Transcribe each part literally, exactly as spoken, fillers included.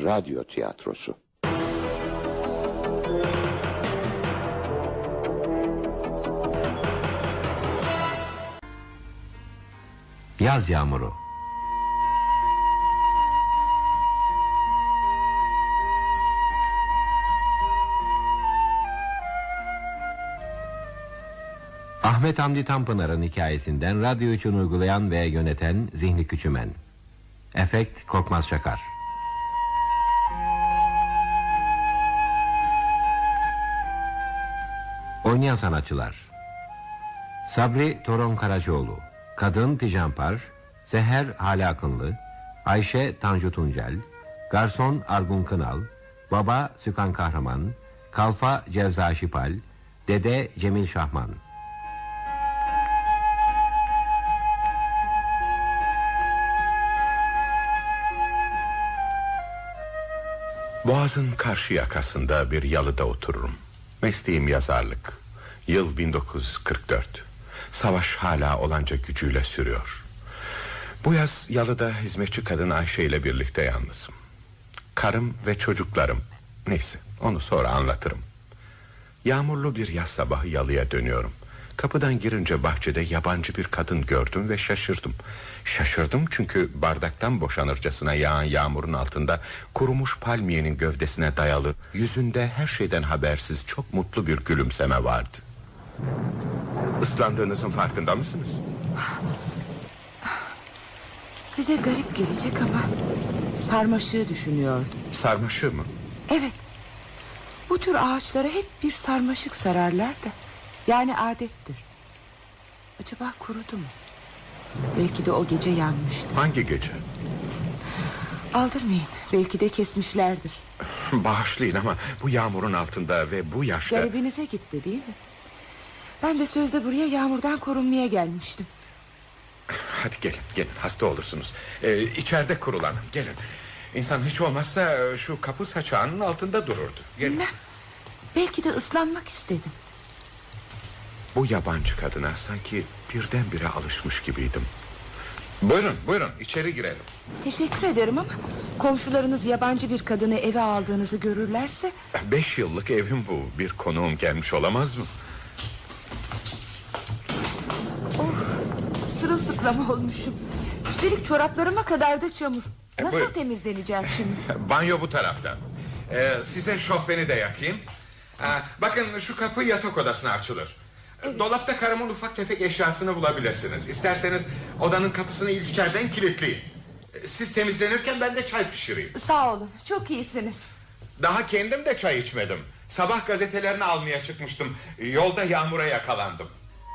radyo tiyatrosu. Yaz Yağmuru. Ahmet Hamdi Tanpınar'ın hikayesinden radyo için uygulayan ve yöneten Zihni Küçümen. Efekt Korkmaz Çakar. Oynayan sanatçılar: Sabri Toron Karacaoğlu, Kadın Tijanpar, Seher Hale Akınlı, Ayşe Tanju Tuncel, Garson Argun Kınal, Baba Sükan Kahraman, Kalfa Cevza Şipal, Dede Cemil Şahman. Boğaz'ın karşı yakasında bir yalıda otururum. Mesleğim yazarlık. Yıl bin dokuz yüz kırk dört. Savaş hala olanca gücüyle sürüyor. Bu yaz yalıda hizmetçi kadın Ayşe ile birlikte yalnızım. Karım ve çocuklarım. Neyse, onu sonra anlatırım. Yağmurlu bir yaz sabahı yalıya dönüyorum. Kapıdan girince bahçede yabancı bir kadın gördüm ve şaşırdım. Şaşırdım çünkü bardaktan boşanırcasına yağan yağmurun altında kurumuş palmiyenin gövdesine dayalı, yüzünde her şeyden habersiz çok mutlu bir gülümseme vardı. Islandığınızın farkında mısınız? Size garip gelecek ama sarmaşığı düşünüyordum. Sarmaşığı mı? Evet. Bu tür ağaçlara hep bir sarmaşık sararlar da. Yani adettir. Acaba kurudu mu? Belki de o gece yanmıştı. Hangi gece? Aldırmayın, belki de kesmişlerdir. Bağışlayın ama bu yağmurun altında ve bu yaşta... Garibinize gitti değil mi? Ben de sözde buraya yağmurdan korunmaya gelmiştim. Hadi gelin, gelin, hasta olursunuz. ee, İçeride kurulanın, gelin. İnsan hiç olmazsa şu kapı saçağının altında dururdu. Gelin. Bilmem, belki de ıslanmak istedim. Bu yabancı kadına sanki birdenbire alışmış gibiydim. Buyurun, buyurun, içeri girelim. Teşekkür ederim ama komşularınız yabancı bir kadını eve aldığınızı görürlerse... Beş yıllık evim bu, bir konuğum gelmiş olamaz mı? Oh, sırılsıklam olmuşum. Üstelik çoraplarıma kadar da çamur. Nasıl Buyurun. temizleneceğim şimdi? Banyo bu tarafta. ee, Size şofbeni de yakayım. ee, Bakın şu kapı yatak odasına açılır. Evet. Dolapta karımın ufak tefek eşyasını bulabilirsiniz. İsterseniz odanın kapısını içeriden kilitleyin. Siz temizlenirken ben de çay pişireyim. Sağ olun, çok iyisiniz. Daha kendim de çay içmedim. Sabah gazetelerini almaya çıkmıştım. Yolda yağmura yakalandım.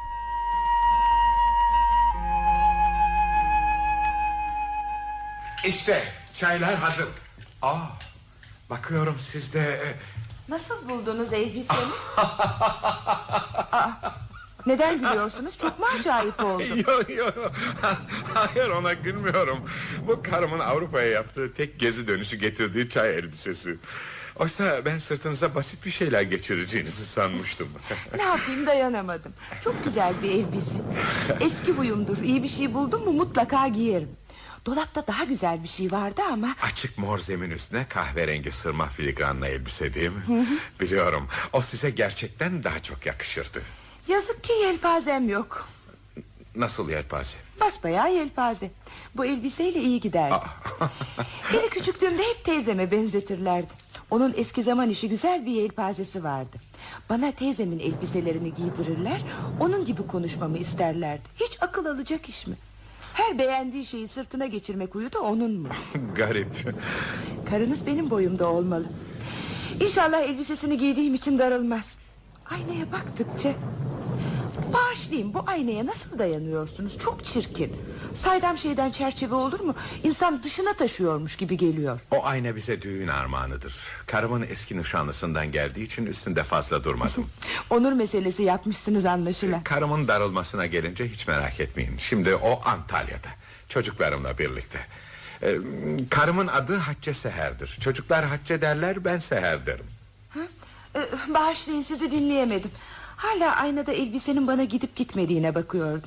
İşte çaylar hazır. Aa, bakıyorum siz de... Nasıl buldunuz elbisemi? Aa, neden gülüyorsunuz? Çok mu acayip oldu? Yok yok. Hayır, ona gülmüyorum. Bu karımın Avrupa'ya yaptığı tek gezi dönüşü getirdiği çay elbisesi. Oysa ben sırtınıza basit bir şeyler geçireceğinizi sanmıştım. Ne yapayım, dayanamadım. Çok güzel bir elbise. Eski huyumdur. İyi bir şey buldum mu mutlaka giyerim. Dolapta daha güzel bir şey vardı ama... Açık mor zemin üstüne kahverengi sırma filigranlı elbise değil mi? Hı hı. Biliyorum, o size gerçekten daha çok yakışırdı. Yazık ki yelpazem yok. Nasıl yelpaze? Basbayağı yelpaze. Bu elbiseyle iyi giderdi. Beni küçüklüğümde hep teyzeme benzetirlerdi. Onun eski zaman işi güzel bir yelpazesi vardı. Bana teyzemin elbiselerini giydirirler, onun gibi konuşmamı isterlerdi. Hiç akıl alacak iş mi? Her beğendiği şeyi sırtına geçirmek huyu da onunmuş. Garip. Karınız benim boyumda olmalı. İnşallah elbisesini giydiğim için darılmaz. Aynaya baktıkça... Bağışlayın, bu aynaya nasıl dayanıyorsunuz? Çok çirkin. Saydam şeyden çerçeve olur mu? İnsan dışına taşıyormuş gibi geliyor. O ayna bize düğün armağanıdır. Karımın eski nişanlısından geldiği için üstünde fazla durmadım. Onur meselesi yapmışsınız anlaşılan. Karımın darılmasına gelince hiç merak etmeyin. Şimdi o Antalya'da, çocuklarımla birlikte. ee, Karımın adı Hatice Seher'dir. Çocuklar Hatice derler, ben Seher derim. Ha? Ee, bağışlayın, sizi dinleyemedim. Hala aynada elbisenin bana gidip gitmediğine bakıyordum.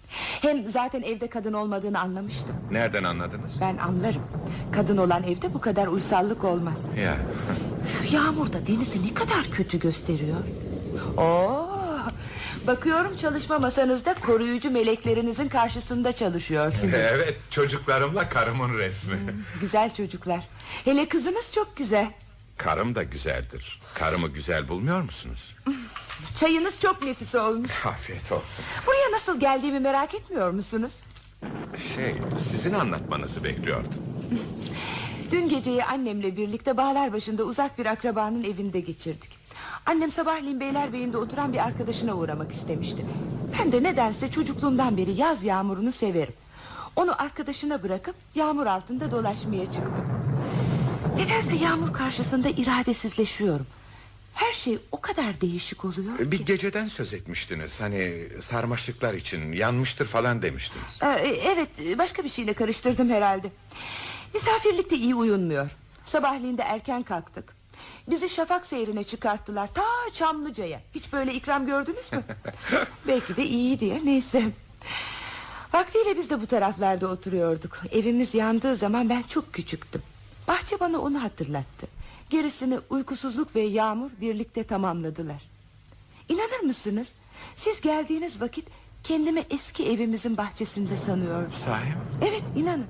Hem zaten evde kadın olmadığını anlamıştım. Nereden anladınız? Ben anlarım. Kadın olan evde bu kadar uysallık olmaz. Ya. Şu yağmur da denizi ne kadar kötü gösteriyor. Oo, bakıyorum çalışma masanızda koruyucu meleklerinizin karşısında çalışıyorsunuz. Evet, çocuklarımla karımın resmi. Hmm, güzel çocuklar. Hele kızınız çok güzel. Karım da güzeldir. Karımı güzel bulmuyor musunuz? Çayınız çok nefis olmuş. Afiyet olsun. Buraya nasıl geldiğimi merak etmiyor musunuz? Şey, sizin anlatmanızı bekliyordum. Dün geceyi annemle birlikte Bağlarbaşı'nda uzak bir akrabanın evinde geçirdik. Annem sabahleyin Beylerbeyi'nde oturan bir arkadaşına uğramak istemişti. Ben de nedense çocukluğumdan beri yaz yağmurunu severim. Onu arkadaşına bırakıp yağmur altında dolaşmaya çıktım. Nedense yağmur karşısında iradesizleşiyorum. Her şey o kadar değişik oluyor ki. Bir geceden söz etmiştiniz. Hani sarmaşıklar için yanmıştır falan demiştiniz. Ee, evet, başka bir şeyle karıştırdım herhalde. Misafirlikte iyi uyunmuyor. Sabahleyin de erken kalktık. Bizi şafak seyrine çıkarttılar ta Çamlıca'ya. Hiç böyle ikram gördünüz mü? Belki de iyi diye, neyse. Vaktiyle biz de bu taraflarda oturuyorduk. Evimiz yandığı zaman ben çok küçüktüm. Bahçe bana onu hatırlattı. Gerisini uykusuzluk ve yağmur birlikte tamamladılar. İnanır mısınız? Siz geldiğiniz vakit kendimi eski evimizin bahçesinde sanıyordum. Sahi mi? Evet, inanın.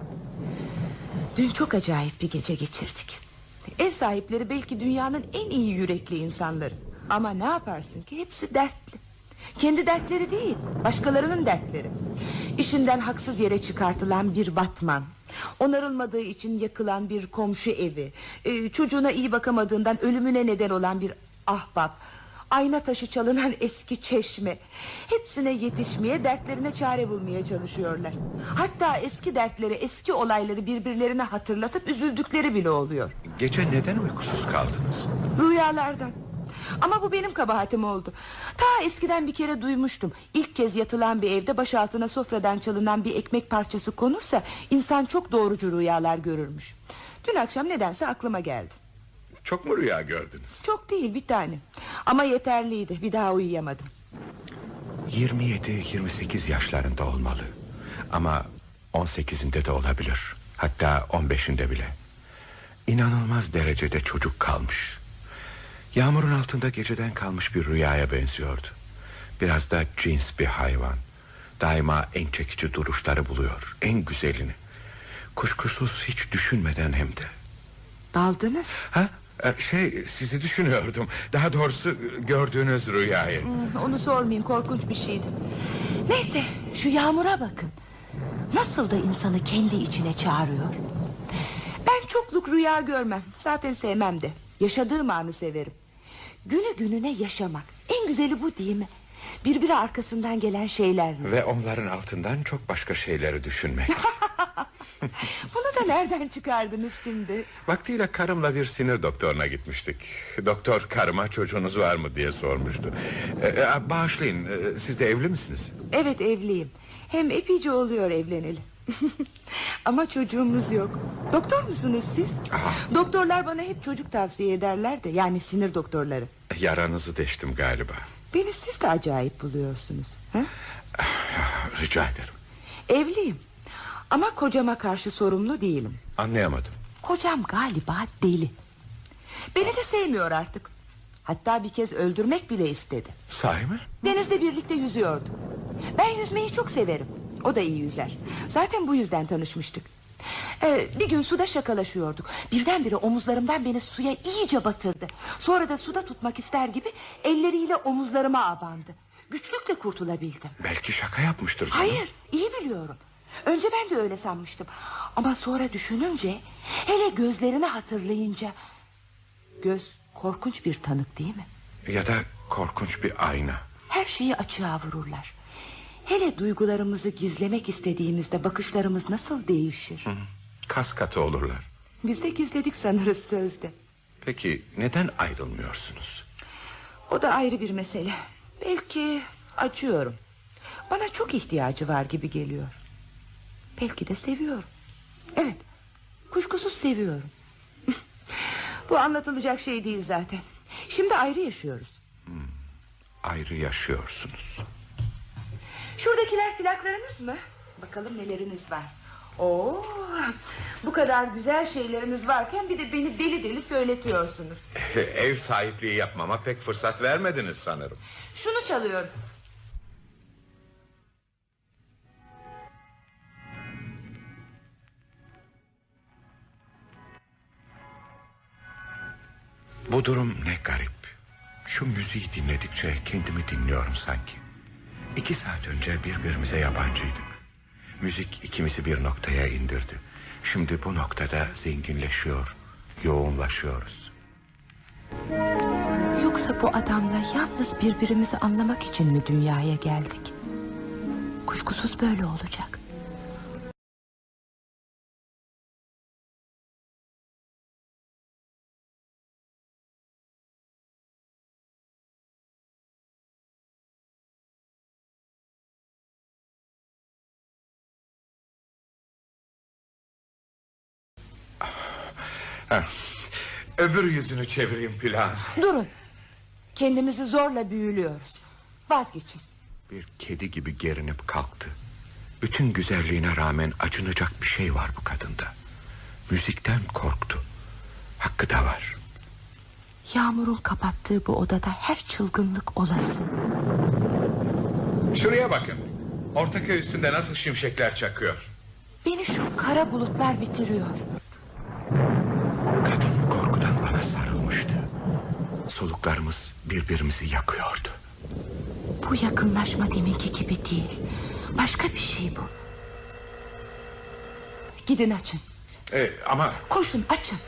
Dün çok acayip bir gece geçirdik. Ev sahipleri belki dünyanın en iyi yürekli insanları. Ama ne yaparsın ki hepsi dertli. Kendi dertleri değil, başkalarının dertleri. İşinden haksız yere çıkartılan bir batman, onarılmadığı için yakılan bir komşu evi, e, çocuğuna iyi bakamadığından ölümüne neden olan bir ahbap, ayna taşı çalınan eski çeşme. Hepsine yetişmeye, dertlerine çare bulmaya çalışıyorlar. Hatta eski dertleri, eski olayları birbirlerine hatırlatıp üzüldükleri bile oluyor. Gece neden uykusuz kaldınız? Rüyalardan. Ama bu benim kabahatim oldu. Ta eskiden bir kere duymuştum. İlk kez yatılan bir evde baş altına sofradan çalınan bir ekmek parçası konursa insan çok doğrucu rüyalar görürmüş. Dün akşam nedense aklıma geldi. Çok mu rüya gördünüz? Çok değil, bir tane. Ama yeterliydi, bir daha uyuyamadım. yirmi yedi yirmi sekiz yaşlarında olmalı. Ama on sekizinde de olabilir. Hatta on beşinde bile. İnanılmaz derecede çocuk kalmış. Yağmurun altında geceden kalmış bir rüyaya benziyordu. Biraz da cins bir hayvan. Daima en çekici duruşları buluyor, en güzelini. Kuşkusuz hiç düşünmeden hem de. Daldınız? Ha? Şey, sizi düşünüyordum. Daha doğrusu gördüğünüz rüyayı. Hmm, onu sormayın, korkunç bir şeydi. Neyse, şu yağmura bakın. Nasıl da insanı kendi içine çağırıyor. Ben çokluk rüya görmem. Zaten sevmem de. Yaşadığım anı severim. Günü gününe yaşamak. En güzeli bu değil mi? Birbiri arkasından gelen şeyler. Ve onların altından çok başka şeyleri düşünmek. Bunu da nereden çıkardınız şimdi? Vaktiyle karımla bir sinir doktoruna gitmiştik. Doktor karıma çocuğunuz var mı diye sormuştu. ee, Bağışlayın, ee, siz de evli misiniz? Evet, evliyim. Hem epeyce oluyor evleneli. Ama çocuğumuz yok. Doktor musunuz siz? Aha. Doktorlar bana hep çocuk tavsiye ederler de. Yani sinir doktorları. Yaranızı deştim galiba. Beni siz de acayip buluyorsunuz. Ha? Rica ederim. Evliyim. Ama kocama karşı sorumlu değilim. Anlayamadım. Kocam galiba deli. Beni de sevmiyor artık. Hatta bir kez öldürmek bile istedi. Sahi mi? Denizde birlikte yüzüyorduk. Ben yüzmeyi çok severim. O da iyi yüzer. Zaten bu yüzden tanışmıştık. Ee, bir gün suda şakalaşıyorduk. Birdenbire omuzlarımdan beni suya iyice batırdı. Sonra da suda tutmak ister gibi elleriyle omuzlarıma abandı. Güçlükle kurtulabildim. Belki şaka yapmıştır canım. Hayır, iyi biliyorum. Önce ben de öyle sanmıştım. Ama sonra düşününce, hele gözlerini hatırlayınca... Göz korkunç bir tanık değil mi? Ya da korkunç bir ayna. Her şeyi açığa vururlar. Hele duygularımızı gizlemek istediğimizde bakışlarımız nasıl değişir? Hı, kas katı olurlar. Biz de gizledik sanırız sözde. Peki neden ayrılmıyorsunuz? O da ayrı bir mesele. Belki acıyorum. Bana çok ihtiyacı var gibi geliyor. Belki de seviyorum. Evet, kuşkusuz seviyorum. Bu anlatılacak şey değil zaten. Şimdi ayrı yaşıyoruz. Hmm, ayrı yaşıyorsunuz. Şuradakiler plaklarınız mı? Bakalım neleriniz var. Oo, bu kadar güzel şeyleriniz varken bir de beni deli deli söyletiyorsunuz. Ev sahipliği yapmama pek fırsat vermediniz sanırım. Şunu çalıyorum. Bu durum ne garip. Şu müziği dinledikçe kendimi dinliyorum sanki. İki saat önce birbirimize yabancıydık. Müzik ikimizi bir noktaya indirdi. Şimdi bu noktada zenginleşiyor, yoğunlaşıyoruz. Yoksa bu adamla yalnız birbirimizi anlamak için mi dünyaya geldik? Kuşkusuz böyle olacak. Ha, öbür yüzünü çevireyim plan. Durun. Kendimizi zorla büyülüyoruz. Vazgeçin. Bir kedi gibi gerinip kalktı. Bütün güzelliğine rağmen acınacak bir şey var bu kadında. Müzikten korktu. Hakkı da var. Yağmurun kapattığı bu odada her çılgınlık olası. Şuraya bakın. Ortaköy üstünde nasıl şimşekler çakıyor. Beni şu kara bulutlar bitiriyor. Kadın korkudan bana sarılmıştı. Soluklarımız birbirimizi yakıyordu. Bu yakınlaşma deminki gibi değil. Başka bir şey bu. Gidin açın. Ee, ama... Koşun açın.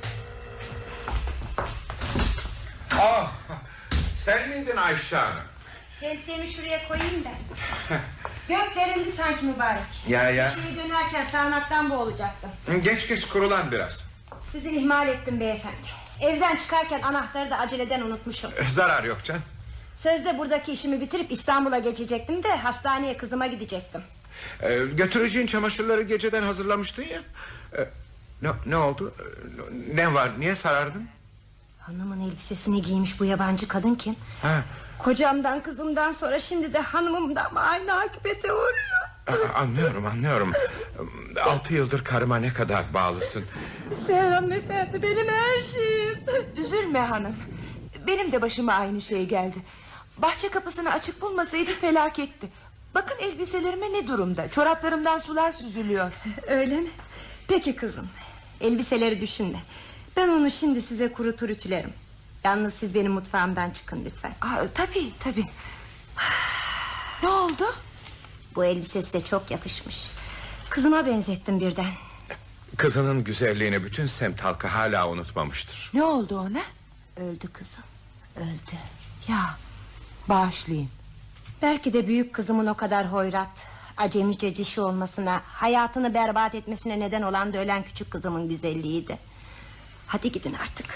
Aa, sen miydin Ayşe Hanım? Şemsiyemi şuraya koyayım da. Gök derildi sanki mübarek. Ya ya. Şeye dönerken sağanaktan boğulacaktım. Geç geç kurulan biraz. Sizi ihmal ettim beyefendi. Evden çıkarken anahtarı da aceleden unutmuşum. Zarar yok can. Sözde buradaki işimi bitirip İstanbul'a geçecektim de hastaneye kızıma gidecektim. Ee, götüreceğin çamaşırları geceden hazırlamıştın ya. Ee, ne, ne oldu? Ee, ne var? Niye sarardın? Hanımın elbisesini giymiş bu yabancı kadın kim? Ha. Kocamdan kızımdan sonra şimdi de hanımımdan aynı akıbete uğruyor. Aa, anlıyorum anlıyorum. Altı yıldır karıma ne kadar bağlısın. Seher hanımefendi benim her şeyim. Üzülme hanım. Benim de başıma aynı şey geldi. Bahçe kapısını açık bulmasaydı felaketti. Bakın elbiselerime ne durumda. Çoraplarımdan sular süzülüyor. Öyle mi? Peki kızım. Elbiseleri düşünme. Ben onu şimdi size kurutur ütülerim. Yalnız siz benim mutfağımdan çıkın lütfen. Aa, tabii tabii. Ne oldu? Bu elbise size çok yakışmış. Kızıma benzettim birden. Kızının güzelliğini bütün semt halkı hala unutmamıştır. Ne oldu ona? Öldü kızım. Öldü. Ya bağışlayın. Belki de büyük kızımın o kadar hoyrat, acemice dişi olmasına, hayatını berbat etmesine neden olan da ölen küçük kızımın güzelliğiydi. Hadi gidin artık.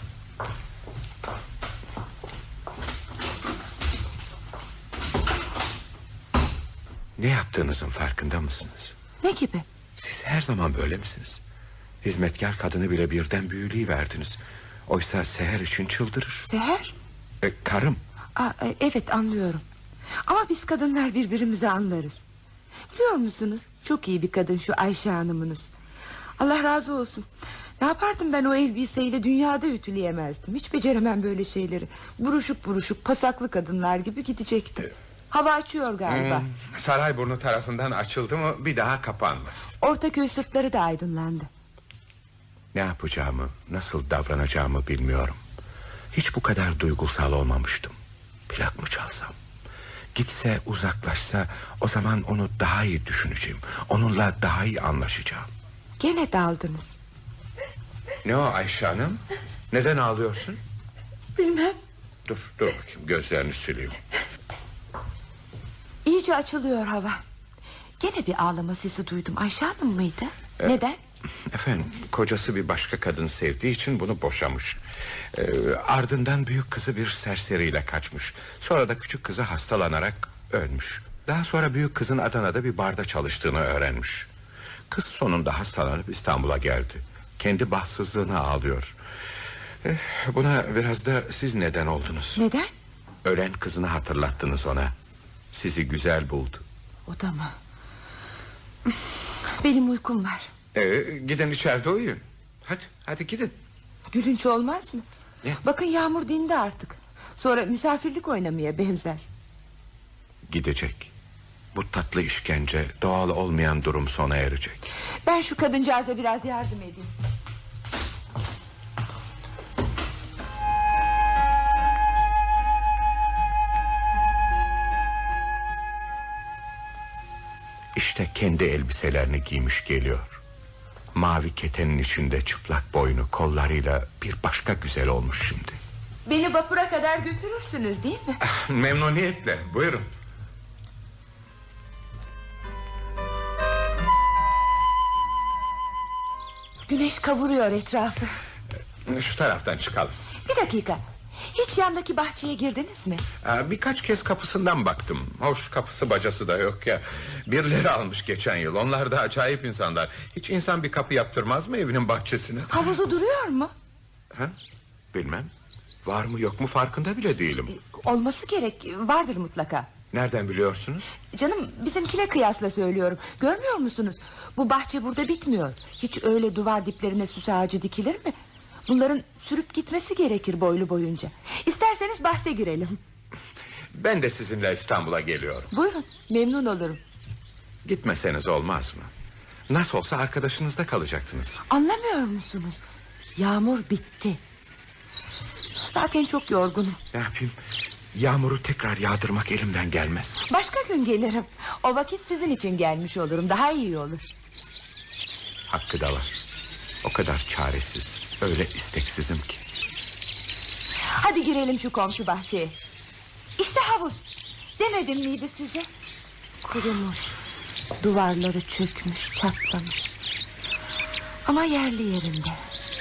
Ne yaptığınızın farkında mısınız? Ne gibi? Siz her zaman böyle misiniz? Hizmetkar kadını bile birden büyüleyiverdiniz. Oysa Seher için çıldırır. Seher? E, karım. Aa, evet anlıyorum. Ama biz kadınlar birbirimizi anlarız. Biliyor musunuz? Çok iyi bir kadın şu Ayşe hanımınız. Allah razı olsun. Ne yapardım ben o elbiseyle, dünyada ütüleyemezdim. Hiç beceremem böyle şeyleri. Buruşuk buruşuk pasaklı kadınlar gibi gidecektim. Hava açıyor galiba. Hmm, Sarayburnu tarafından açıldı mı bir daha kapanmaz. Ortaköy sırtları da aydınlandı. Ne yapacağımı, nasıl davranacağımı bilmiyorum. Hiç bu kadar duygusal olmamıştım. Plak mı çalsam? Gitse, uzaklaşsa, o zaman onu daha iyi düşüneceğim. Onunla daha iyi anlaşacağım. Gene daldınız. Ne o Ayşe Hanım? Neden ağlıyorsun? Bilmem. Dur, dur bakayım, gözlerini sileyim. İyice açılıyor hava. Gene bir ağlama sesi duydum. Ayşe Hanım mıydı? Ee, Neden? Efendim, kocası bir başka kadın sevdiği için bunu boşamış. Ee, ardından büyük kızı bir serseriyle kaçmış. Sonra da küçük kızı hastalanarak ölmüş. Daha sonra büyük kızın Adana'da bir barda çalıştığını öğrenmiş. Kız sonunda hastalanıp İstanbul'a geldi. Kendi bahtsızlığına ağlıyor. Ee, buna biraz da siz neden oldunuz. Neden? Ölen kızını hatırlattınız ona. Sizi güzel buldu. O da mı? Benim uykum var. Ee, gidin içeride uyuyun. Hadi, hadi gidin. Gülünç olmaz mı? Ne? Bakın yağmur dindi artık. Sonra misafirlik oynamaya benzer. Gidecek. Bu tatlı işkence, doğal olmayan durum sona erecek. Ben şu kadıncağıza biraz yardım edeyim. İşte kendi elbiselerini giymiş geliyor. Mavi ketenin içinde çıplak boynu kollarıyla bir başka güzel olmuş şimdi. Beni vapura kadar götürürsünüz değil mi? Memnuniyetle, buyurun. Güneş kavuruyor etrafı. Şu taraftan çıkalım. Bir dakika. Hiç yandaki bahçeye girdiniz mi? Birkaç kez kapısından baktım. Hoş, kapısı bacası da yok ya. Birileri almış geçen yıl. Onlar da acayip insanlar. Hiç insan bir kapı yaptırmaz mı evinin bahçesine? Havuzu duruyor mu? Ha? Bilmem. Var mı yok mu farkında bile değilim. Ee, olması gerek. Vardır mutlaka. Nereden biliyorsunuz? Canım, bizimkine kıyasla söylüyorum. Görmüyor musunuz? Bu bahçe burada bitmiyor. Hiç öyle duvar diplerine süs ağacı dikilir mi? Bunların sürüp gitmesi gerekir boylu boyunca. İsterseniz bahse girelim. Ben de sizinle İstanbul'a geliyorum. Buyurun, memnun olurum. Gitmeseniz olmaz mı? Nasıl olsa arkadaşınızda kalacaktınız. Anlamıyor musunuz? Yağmur bitti. Zaten çok yorgunum. Ne yapayım? Yağmuru tekrar yağdırmak elimden gelmez. Başka gün gelirim. O vakit sizin için gelmiş olurum. Daha iyi olur. Hakkı da var. O kadar çaresiz, öyle isteksizim ki. Hadi girelim şu komşu bahçeye. İşte havuz. Demedim miydi size? Kurumuş. Duvarları çökmüş, çatlamış. Ama yerli yerinde.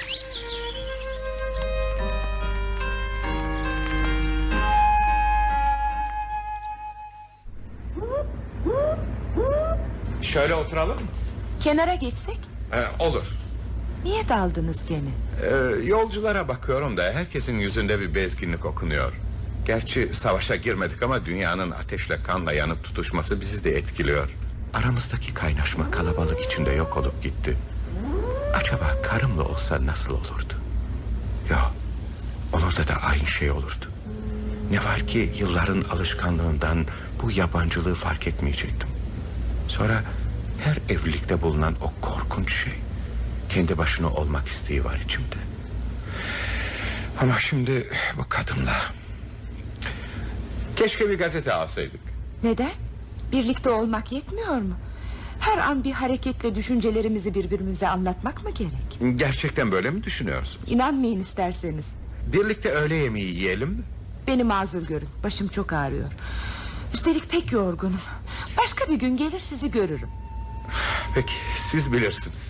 Şöyle oturalım mı? Kenara geçsek? Ee, olur. Niye daldınız gene? Ee, yolculara bakıyorum da herkesin yüzünde bir bezginlik okunuyor. Gerçi savaşa girmedik ama dünyanın ateşle kanla yanıp tutuşması bizi de etkiliyor. Aramızdaki kaynaşma kalabalık içinde yok olup gitti. Acaba karımla olsa nasıl olurdu? Ya, onunla da aynı şey olurdu. Ne var ki yılların alışkanlığından bu yabancılığı fark etmeyecektim. Sonra her evlilikte bulunan o korkunç şey, kendi başına olmak isteği var içimde. Ama şimdi bu kadınla... Keşke bir gazete alsaydık. Neden? Birlikte olmak yetmiyor mu? Her an bir hareketle düşüncelerimizi birbirimize anlatmak mı gerek? Gerçekten böyle mi düşünüyorsun? İnanmayın isterseniz. Birlikte öğle yemeği yiyelim mi? Beni mazur görün, başım çok ağrıyor. Üstelik pek yorgunum. Başka bir gün gelir sizi görürüm. Peki, siz bilirsiniz.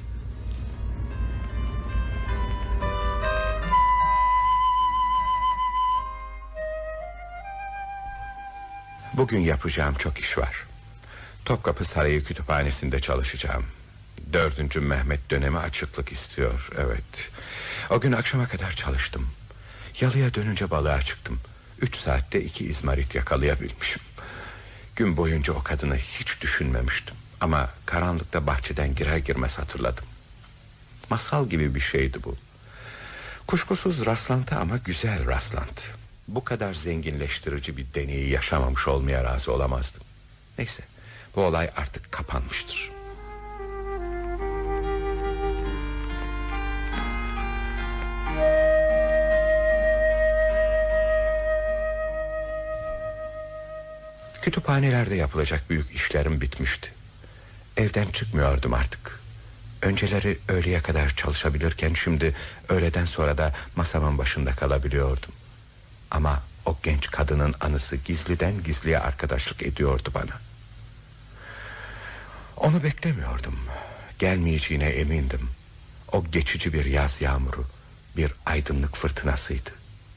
Bugün yapacağım çok iş var. Topkapı Sarayı Kütüphanesi'nde çalışacağım. Dördüncü Mehmet dönemi açıklık istiyor, evet. O gün akşama kadar çalıştım. Yalıya dönünce balığa çıktım. Üç saatte iki izmarit yakalayabilmişim. Gün boyunca o kadını hiç düşünmemiştim. Ama karanlıkta bahçeden girer girmez hatırladım. Masal gibi bir şeydi bu. Kuşkusuz rastlantı ama güzel rastlantı. Bu kadar zenginleştirici bir deneyi yaşamamış olmaya razı olamazdım. Neyse, bu olay artık kapanmıştır. Kütüphanelerde yapılacak büyük işlerim bitmişti. Evden çıkmıyordum artık. Önceleri öğleye kadar çalışabilirken şimdi öğleden sonra da masamın başında kalabiliyordum. Ama o genç kadının anısı gizliden gizliye arkadaşlık ediyordu bana. Onu beklemiyordum. Gelmeyeceğine emindim. O geçici bir yaz yağmuru, bir aydınlık fırtınasıydı.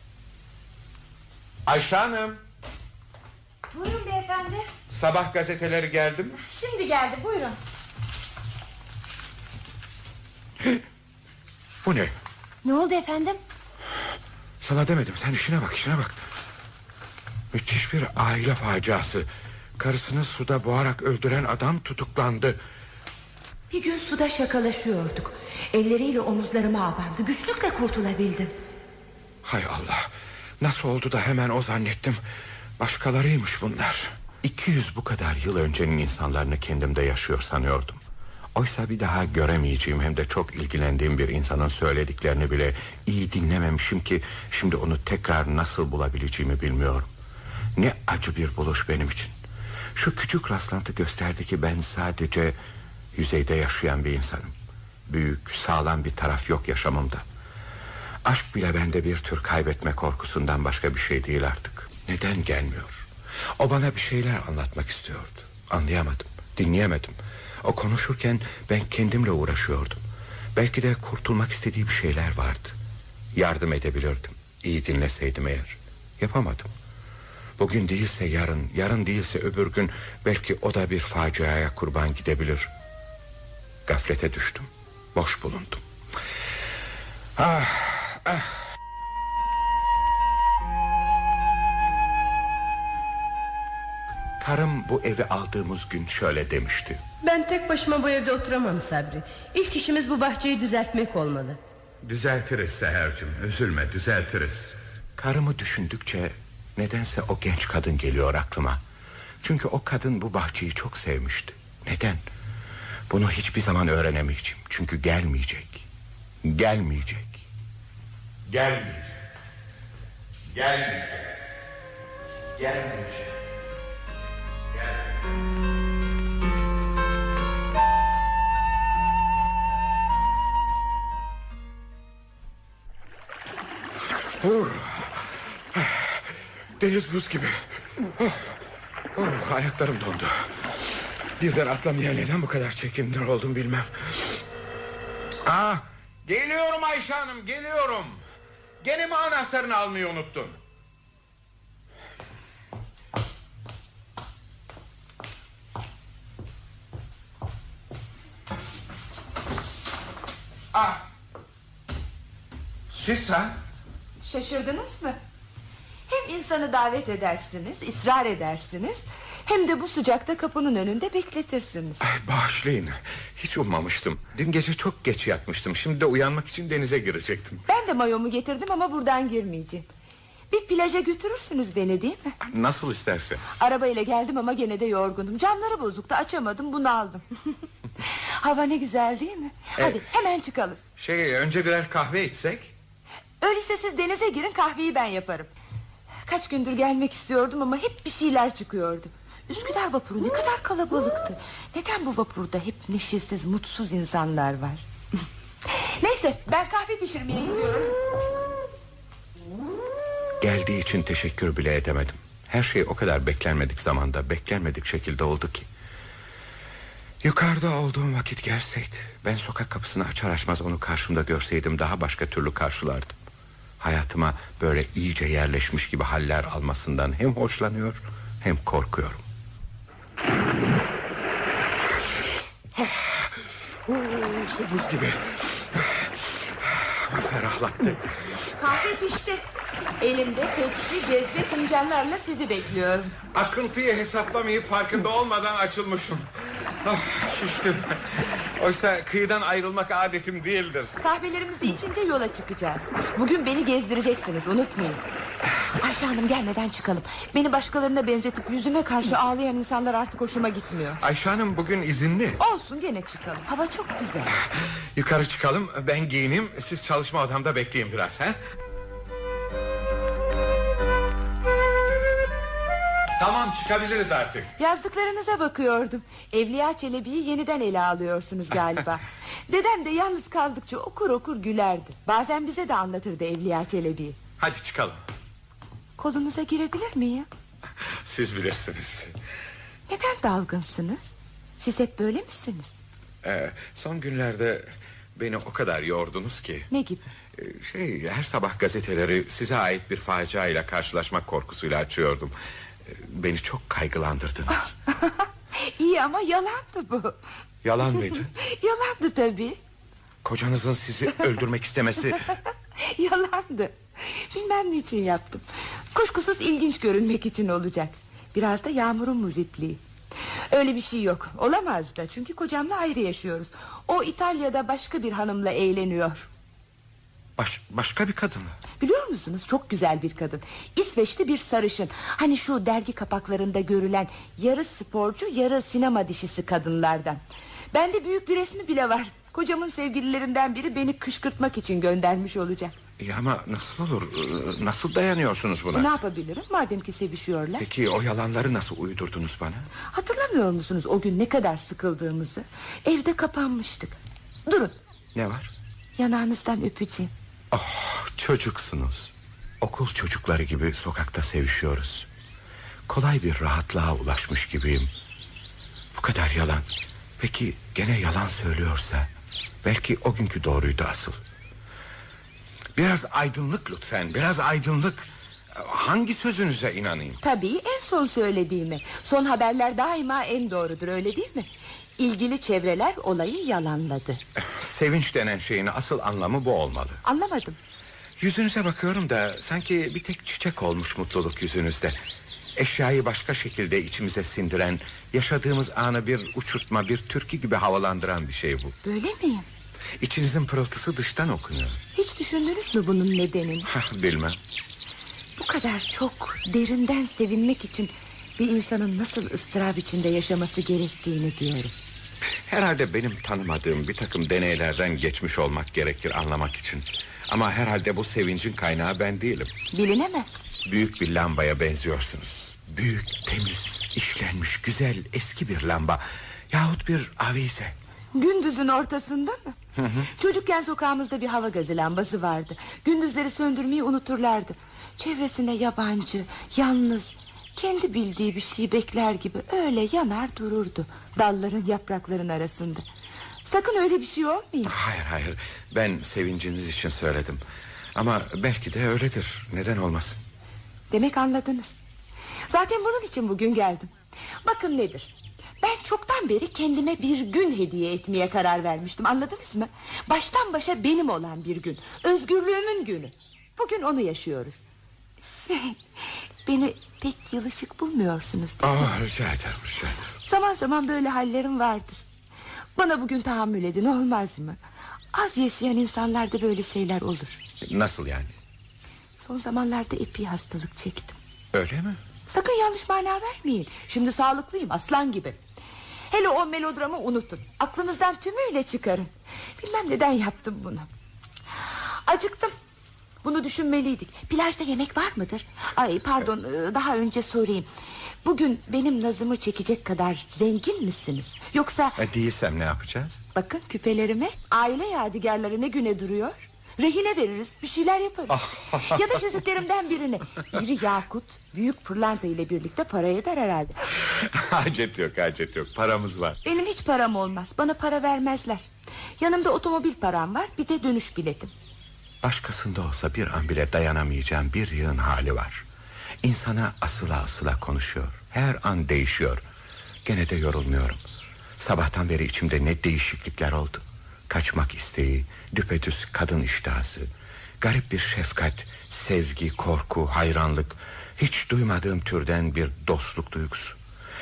Ayşe Hanım. Buyurun beyefendi. Sabah gazeteleri geldi mi? Şimdi geldi, buyurun. Bu ne? Ne oldu efendim? Sana demedim, sen işine bak, işine bak. Müthiş bir aile faciası. Karısını suda boğarak öldüren adam tutuklandı. Bir gün suda şakalaşıyorduk. Elleriyle omuzlarıma abandı. Güçlükle kurtulabildim. Hay Allah, nasıl oldu da hemen o zannettim. Başkalarıymış bunlar. iki yüz bu kadar yıl öncenin insanlarını kendimde yaşıyor sanıyordum. Oysa bir daha göremeyeceğim, hem de çok ilgilendiğim bir insanın söylediklerini bile iyi dinlememişim ki şimdi onu tekrar nasıl bulabileceğimi bilmiyorum. Ne acı bir buluş benim için. Şu küçük rastlantı gösterdi ki ben sadece yüzeyde yaşayan bir insanım. Büyük, sağlam bir taraf yok yaşamımda. Aşk bile bende bir tür kaybetme korkusundan başka bir şey değil artık. Neden gelmiyor? O bana bir şeyler anlatmak istiyordu. Anlayamadım, dinleyemedim. O konuşurken ben kendimle uğraşıyordum. Belki de kurtulmak istediği bir şeyler vardı. Yardım edebilirdim, İyi dinleseydim eğer. Yapamadım. Bugün değilse yarın, yarın değilse öbür gün belki o da bir faciaya kurban gidebilir. Gaflete düştüm, boş bulundum. Ah, ah. Karım bu evi aldığımız gün şöyle demişti: ben tek başıma bu evde oturamam Sabri. İlk işimiz bu bahçeyi düzeltmek olmalı. Düzeltiriz Seher'cim, üzülme, düzeltiriz. Karımı düşündükçe nedense o genç kadın geliyor aklıma. Çünkü o kadın bu bahçeyi çok sevmişti. Neden? Bunu hiçbir zaman öğrenemeyeceğim. Çünkü gelmeyecek. Gelmeyecek. Gelmeyecek. Gelmeyecek. Gelmeyecek. Oh. Deniz buz gibi. Oh. Oh, ayaklarım dondu. Birden atlamaya neden bu kadar çekindir oldum bilmem. Aa, geliyorum Ayşe Hanım, geliyorum. Gene mi anahtarını almayı unuttun? Ah, siz ha? Şaşırdınız mı? Hem insanı davet edersiniz, ısrar edersiniz, hem de bu sıcakta kapının önünde bekletirsiniz. Ay, bağışlayın, hiç ummamıştım. Dün gece çok geç yatmıştım. Şimdi de uyanmak için denize girecektim. Ben de mayomu getirdim ama buradan girmeyeceğim. Bir plaja götürürsünüz beni, değil mi? Nasıl isterseniz. Arabayla geldim ama gene de yorgundum. Camları bozuktu, açamadım, bunu aldım. Hava ne güzel değil mi? Evet. Hadi hemen çıkalım. Şey, önce birer kahve içsek. Öyleyse siz denize girin, kahveyi ben yaparım. Kaç gündür gelmek istiyordum ama hep bir şeyler çıkıyordu. Üsküdar vapuru ne kadar kalabalıktı. Neden bu vapurda hep neşesiz, mutsuz insanlar var? Neyse, ben kahve pişirmeye gidiyorum. Geldiği için teşekkür bile edemedim. Her şey o kadar beklenmedik zamanda, beklenmedik şekilde oldu ki. Yukarıda olduğum vakit gelseydi, ben sokak kapısını açar açmaz onu karşımda görseydim daha başka türlü karşılardım. Hayatıma böyle iyice yerleşmiş gibi haller almasından hem hoşlanıyor hem korkuyorum. Su buz gibi. Ferahlattı. Kahve pişti. Elimde tepsi, cezve, fincanlarla sizi bekliyorum. Akıntıyı hesaplamayıp farkında olmadan açılmışım. Oh, şiştim. Oysa kıyıdan ayrılmak adetim değildir. Kahvelerimizi içince yola çıkacağız. Bugün beni gezdireceksiniz, unutmayın. Ayşe Hanım gelmeden çıkalım. Beni başkalarına benzetip yüzüme karşı ağlayan insanlar artık hoşuma gitmiyor. Ayşe Hanım bugün izinli. Olsun, gene çıkalım. Hava çok güzel. Yukarı çıkalım, ben giyineyim. Siz çalışma odamda bekleyin biraz, he? Tamam, çıkabiliriz artık. Yazdıklarınıza bakıyordum. Evliya Çelebi'yi yeniden ele alıyorsunuz galiba. Dedem de yalnız kaldıkça okur okur gülerdi. Bazen bize de anlatırdı Evliya Çelebi'yi. Hadi çıkalım. Kolunuza girebilir miyim? Siz bilirsiniz. Neden dalgınsınız? Siz hep böyle misiniz? Ee, son günlerde beni o kadar yordunuz ki. Ne gibi? Ee, şey, her sabah gazeteleri size ait bir facia ile karşılaşmak korkusuyla açıyordum. Ee, beni çok kaygılandırdınız. İyi ama yalandı bu. Yalan mıydı? Yalandı tabii. Kocanızın sizi öldürmek istemesi. Yalandı. Bilmem niçin yaptım. Kuşkusuz ilginç görünmek için olacak. Biraz da Yağmur'un muzipliği. Öyle bir şey yok, olamaz da, çünkü kocamla ayrı yaşıyoruz. O İtalya'da başka bir hanımla eğleniyor. Baş, başka bir kadın mı? Biliyor musunuz, çok güzel bir kadın. İsveçli bir sarışın. Hani şu dergi kapaklarında görülen yarı sporcu yarı sinema dişisi kadınlardan. Bende büyük bir resmi bile var. Kocamın sevgililerinden biri beni kışkırtmak için göndermiş olacak. Ya ama nasıl olur? Nasıl dayanıyorsunuz buna? E, ne yapabilirim madem ki sevişiyorlar? Peki o yalanları nasıl uydurdunuz bana? Hatırlamıyor musunuz o gün ne kadar sıkıldığımızı? Evde kapanmıştık. Durun. Ne var? Yanağınızdan öpeceğim. Oh, çocuksunuz. Okul çocukları gibi sokakta sevişiyoruz. Kolay bir rahatlığa ulaşmış gibiyim. Bu kadar yalan. Peki gene yalan söylüyorsa, belki o günkü doğruydu asıl. Biraz aydınlık lütfen, biraz aydınlık. Hangi sözünüze inanayım? Tabii en son söylediğimi. Son haberler daima en doğrudur, öyle değil mi? İlgili çevreler olayı yalanladı. Sevinç denen şeyin asıl anlamı bu olmalı. Anlamadım. Yüzünüze bakıyorum da sanki bir tek çiçek olmuş mutluluk yüzünüzde. Eşyayı başka şekilde içimize sindiren, yaşadığımız anı bir uçurtma, bir türkü gibi havalandıran bir şey bu. Böyle miyim? İçinizin pırıltısı dıştan okunuyor. Hiç düşündünüz mü bunun nedenini? Hah, bilmem. Bu kadar çok derinden sevinmek için bir insanın nasıl ıstırap içinde yaşaması gerektiğini diyorum. Herhalde benim tanımadığım bir takım deneylerden geçmiş olmak gerekir anlamak için. Ama herhalde bu sevincin kaynağı ben değilim. Bilinemez. Büyük bir lambaya benziyorsunuz. Büyük, temiz, işlenmiş, güzel, eski bir lamba. Yahut bir avize. Gündüzün ortasında mı? Hı hı. Çocukken sokağımızda bir hava gazı lambası vardı. Gündüzleri söndürmeyi unuturlardı. Çevresinde yabancı, yalnız, kendi bildiği bir şey bekler gibi öyle yanar dururdu. Dalların, yaprakların arasında. Sakın öyle bir şey olmayayım. Hayır hayır, ben sevinciniz için söyledim. Ama belki de öyledir, neden olmasın. Demek anladınız. Zaten bunun için bugün geldim. Bakın nedir? Ben çoktan beri kendime bir gün hediye etmeye karar vermiştim, anladınız mı? Baştan başa benim olan bir gün. Özgürlüğümün günü. Bugün onu yaşıyoruz. Şey, beni pek yılışık bulmuyorsunuz değil mi? Oh, rica ederim, rica ederim. Zaman zaman böyle hallerim vardır. Bana bugün tahammül edin, olmaz mı? Az yaşayan insanlarda böyle şeyler olur. Nasıl yani? Son zamanlarda epey hastalık çektim. Öyle mi? Sakın yanlış mana vermeyin. Şimdi sağlıklıyım, aslan gibi. Hele o melodramı unutun. Aklınızdan tümüyle çıkarın. Bilmem neden yaptım bunu. Acıktım. Bunu düşünmeliydik. Plajda yemek var mıdır? Ay pardon, daha önce sorayım. Bugün benim nazımı çekecek kadar zengin misiniz? Yoksa... E, değilsem ne yapacağız? Bakın küpelerime, aile yadigarları ne güne duruyor? Rehine veririz, bir şeyler yaparız. Ya da yüzüklerimden birini. Biri yakut, büyük pırlanta ile birlikte para eder herhalde. Hacet yok, hacet yok, paramız var. Benim hiç param olmaz, bana para vermezler. Yanımda otomobil param var, bir de dönüş biletim. Başkasında olsa bir an bile dayanamayacağım bir yığın hali var. İnsana asıla asıla konuşuyor. Her an değişiyor. Gene de yorulmuyorum. Sabahtan beri içimde ne değişiklikler oldu. Kaçmak isteği, düpedüz kadın iştahı, garip bir şefkat, sevgi, korku, hayranlık, hiç duymadığım türden bir dostluk duygusu.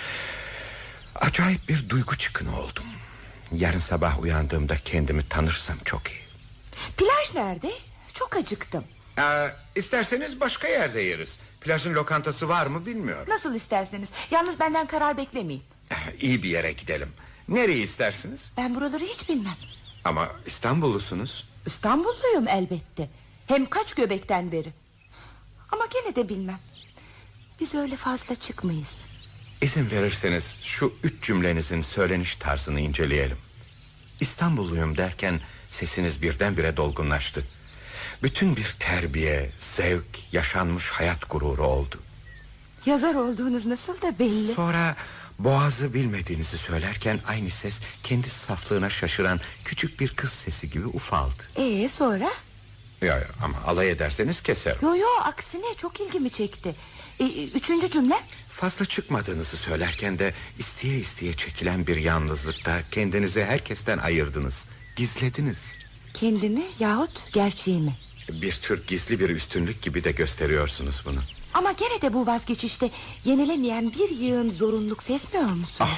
Acayip bir duygu çıkını oldum. Yarın sabah uyandığımda kendimi tanırsam çok iyi. Plaj nerede? Çok acıktım. Ee, isterseniz başka yerde yeriz. Plajın lokantası var mı bilmiyorum. Nasıl isterseniz. Yalnız benden karar beklemeyin. İyi bir yere gidelim. Nereye istersiniz? Ben buraları hiç bilmem. Ama İstanbullusunuz. İstanbulluyum elbette. Hem kaç göbekten beri. Ama gene de bilmem. Biz öyle fazla çıkmayız. İzin verirseniz şu üç cümlenizin söyleniş tarzını inceleyelim. İstanbulluyum derken sesiniz birdenbire dolgunlaştı. Bütün bir terbiye, zevk, yaşanmış hayat gururu oldu. Yazar olduğunuz nasıl da belli. Sonra boğazı bilmediğinizi söylerken aynı ses kendi saflığına şaşıran küçük bir kız sesi gibi ufaldı. Ee sonra? Ya, ya ama alay ederseniz keserim. Yo yo, aksine çok ilgimi çekti. Ee, üçüncü cümle? Fazla çıkmadığınızı söylerken de isteye isteye çekilen bir yalnızlıkta kendinizi herkesten ayırdınız, gizlediniz. Kendimi yahut gerçeğimi? Bir tür gizli bir üstünlük gibi de gösteriyorsunuz bunu. Ama gene de bu vazgeçişte yenilemeyen bir yığın zorunluluk sezmiyor musunuz?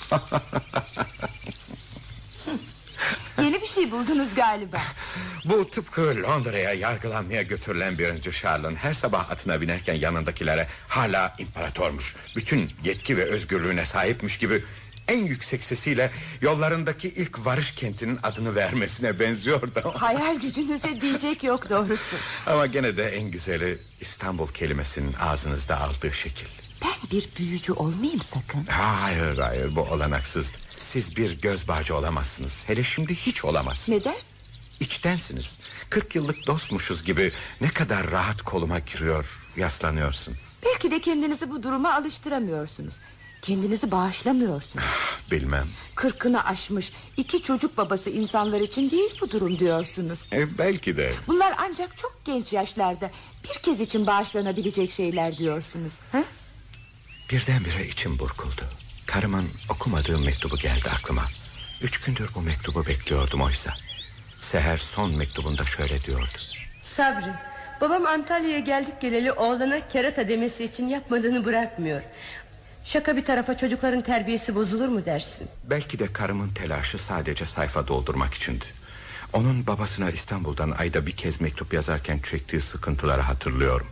Yeni bir şey buldunuz galiba. Bu tıpkı Londra'ya yargılanmaya götürülen birinci Charles'ın her sabah atına binerken yanındakilere hala imparatormuş, bütün yetki ve özgürlüğüne sahipmiş gibi en yüksek sesiyle yollarındaki ilk varış kentinin adını vermesine benziyordu. Hayal gücünüze diyecek yok doğrusu. Ama gene de en güzeli İstanbul kelimesinin ağzınızda aldığı şekil. Ben bir büyücü olmayayım sakın. Hayır hayır, bu olanaksız. Siz bir göz bağcı olamazsınız. Hele şimdi hiç olamazsınız. Neden? İçtensiniz. Kırk yıllık dostmuşuz gibi ne kadar rahat koluma giriyor, yaslanıyorsunuz. Belki de kendinizi bu duruma alıştıramıyorsunuz. Kendinizi bağışlamıyorsunuz. Bilmem. Kırkını aşmış iki çocuk babası insanlar için değil bu durum diyorsunuz. E, belki de. Bunlar ancak çok genç yaşlarda bir kez için bağışlanabilecek şeyler diyorsunuz. Ha? Birdenbire içim burkuldu. Karımın okumadığı mektubu geldi aklıma. Üç gündür bu mektubu bekliyordum oysa. Seher son mektubunda şöyle diyordu. Sabri, babam Antalya'ya geldik geleli oğlana kerata demesi için yapmadığını bırakmıyor. Şaka bir tarafa, çocukların terbiyesi bozulur mu dersin? Belki de karımın telaşı sadece sayfa doldurmak içindi. Onun babasına İstanbul'dan ayda bir kez mektup yazarken çektiği sıkıntıları hatırlıyorum.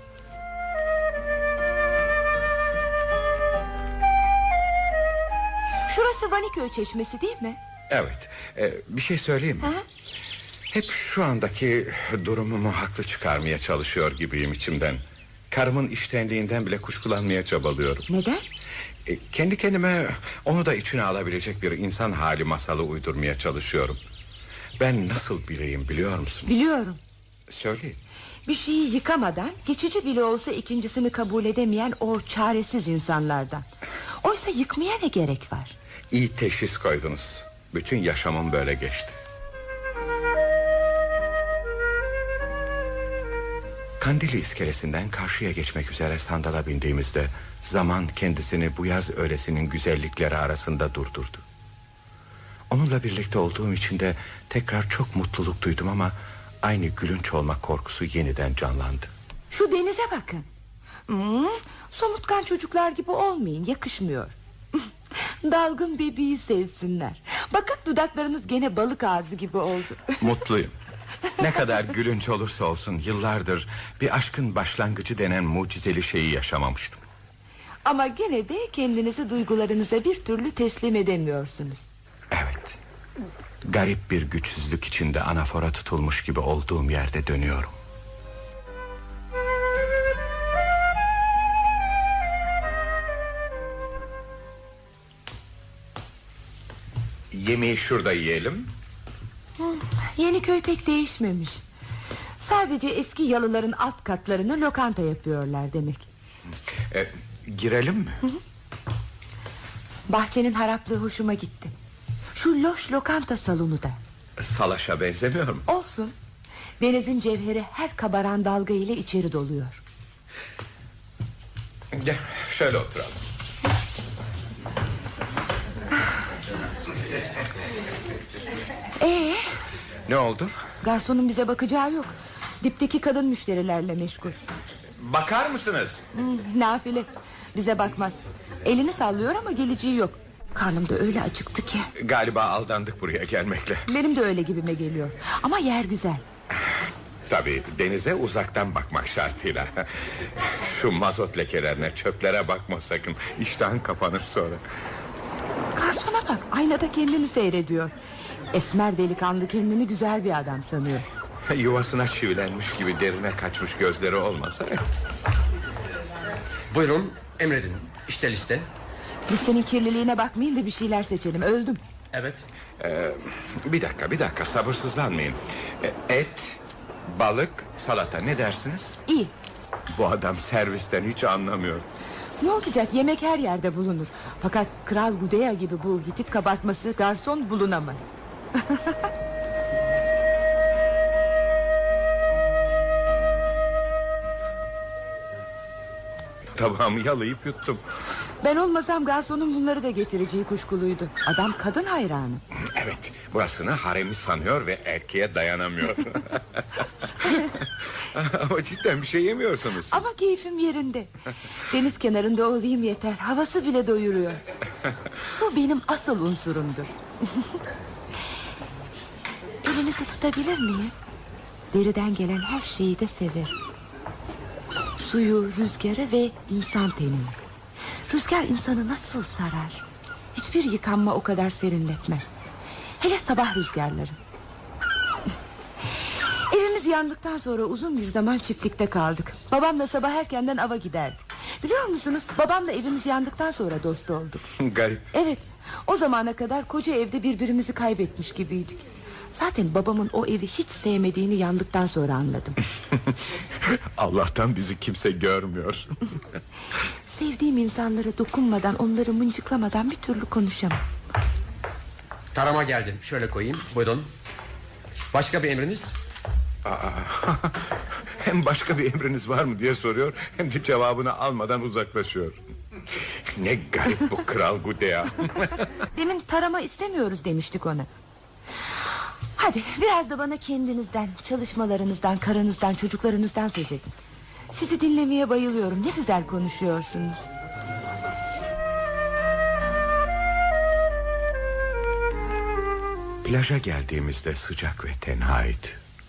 Şurası Vaniköy çeşmesi değil mi? Evet, e, bir şey söyleyeyim mi? Ha? Hep şu andaki durumumu haklı çıkarmaya çalışıyor gibiyim içimden. Karımın iştenliğinden bile kuşkulanmaya çabalıyorum. Neden? E, kendi kendime onu da içine alabilecek bir insan hali masalı uydurmaya çalışıyorum. Ben nasıl biriyim biliyor musun? Biliyorum. Söyleyin. Bir şeyi yıkamadan, geçici bile olsa ikincisini kabul edemeyen o çaresiz insanlardan. Oysa yıkmaya ne gerek var? İyi teşhis koydunuz. Bütün yaşamım böyle geçti. Kandili iskelesinden karşıya geçmek üzere sandala bindiğimizde zaman kendisini bu yaz öğlesinin güzellikleri arasında durdurdu. Onunla birlikte olduğum için de tekrar çok mutluluk duydum ama aynı gülünç olma korkusu yeniden canlandı. Şu denize bakın. Hmm, somurtkan çocuklar gibi olmayın, yakışmıyor. Dalgın bebeği sevsinler. Bakın dudaklarınız gene balık ağzı gibi oldu. Mutluyum. Ne kadar gülünç olursa olsun yıllardır bir aşkın başlangıcı denen mucizeli şeyi yaşamamıştım. Ama gene de kendinizi duygularınıza bir türlü teslim edemiyorsunuz. Evet. Garip bir güçsüzlük içinde anafora tutulmuş gibi olduğum yerde dönüyorum. Yemeği şurada yiyelim. Hmm, Yeniköy pek değişmemiş. Sadece eski yalıların alt katlarını lokanta yapıyorlar demek. E, girelim mi? Hı hı. Bahçenin haraplığı hoşuma gitti. Şu loş lokanta salonu da. Salaşa benzemiyor mu? Olsun. Denizin cevheri her kabaran dalga ile içeri doluyor. Gel şöyle oturalım. Ee? Ne oldu? Garsonun bize bakacağı yok. Dipteki kadın müşterilerle meşgul. Bakar mısınız? Hmm, nafile. Bize bakmaz. Elini sallıyor ama geleceği yok. Karnım da öyle acıktı ki. Galiba aldandık buraya gelmekle. Benim de öyle gibime geliyor. Ama yer güzel. Tabii denize uzaktan bakmak şartıyla. Şu mazot lekelerine, çöplere bakma sakın. İştahın kapanır sonra. Garsona bak, aynada kendini seyrediyor. Esmer delikanlı kendini güzel bir adam sanıyor. Yuvasına çivilenmiş gibi derine kaçmış gözleri olmasa. Buyurun, emredin. İşte liste. Listenin kirliliğine bakmayın da bir şeyler seçelim. Öldüm. Evet. Ee, bir dakika bir dakika sabırsızlanmayın. Ee, et, balık, salata, ne dersiniz? İyi. Bu adam servisten hiç anlamıyor. Ne olacak, yemek her yerde bulunur. Fakat Kral Gudea gibi bu Hitit kabartması garson bulunamaz. Tabağımı yalayıp yuttum. Ben olmasam garsonun bunları da getireceği kuşkuluydu. Adam kadın hayranı. Evet, burasını haremi sanıyor ve erkeğe dayanamıyor. Ama cidden bir şey yemiyorsunuz. Ama keyfim yerinde. Deniz kenarında olayım yeter. Havası bile doyuruyor. Su benim asıl unsurumdur. Elinizi tutabilir miyim? Deriden gelen her şeyi de severim. Suyu, rüzgarı ve insan tenini. Rüzgar insanı nasıl sarar. Hiçbir yıkanma o kadar serinletmez. Hele sabah rüzgarları. Evimiz yandıktan sonra uzun bir zaman çiftlikte kaldık. Babamla sabah erkenden ava giderdik. Biliyor musunuz, babamla evimiz yandıktan sonra dost olduk. Garip. Evet, o zamana kadar koca evde birbirimizi kaybetmiş gibiydik. Zaten babamın o evi hiç sevmediğini yandıktan sonra anladım. Allah'tan bizi kimse görmüyor. Sevdiğim insanlara dokunmadan, onları mıncıklamadan bir türlü konuşamam. Tarama geldi. Şöyle koyayım. Buyurun. Başka bir emriniz? Aa, hem başka bir emriniz var mı diye soruyor, hem de cevabını almadan uzaklaşıyor. Ne garip bu Kral Gudea. Demin tarama istemiyoruz demiştik ona. Hadi biraz da bana kendinizden, çalışmalarınızdan, karınızdan, çocuklarınızdan söz edin. Sizi dinlemeye bayılıyorum. Ne güzel konuşuyorsunuz. Plaja geldiğimizde sıcak ve tenhaydı.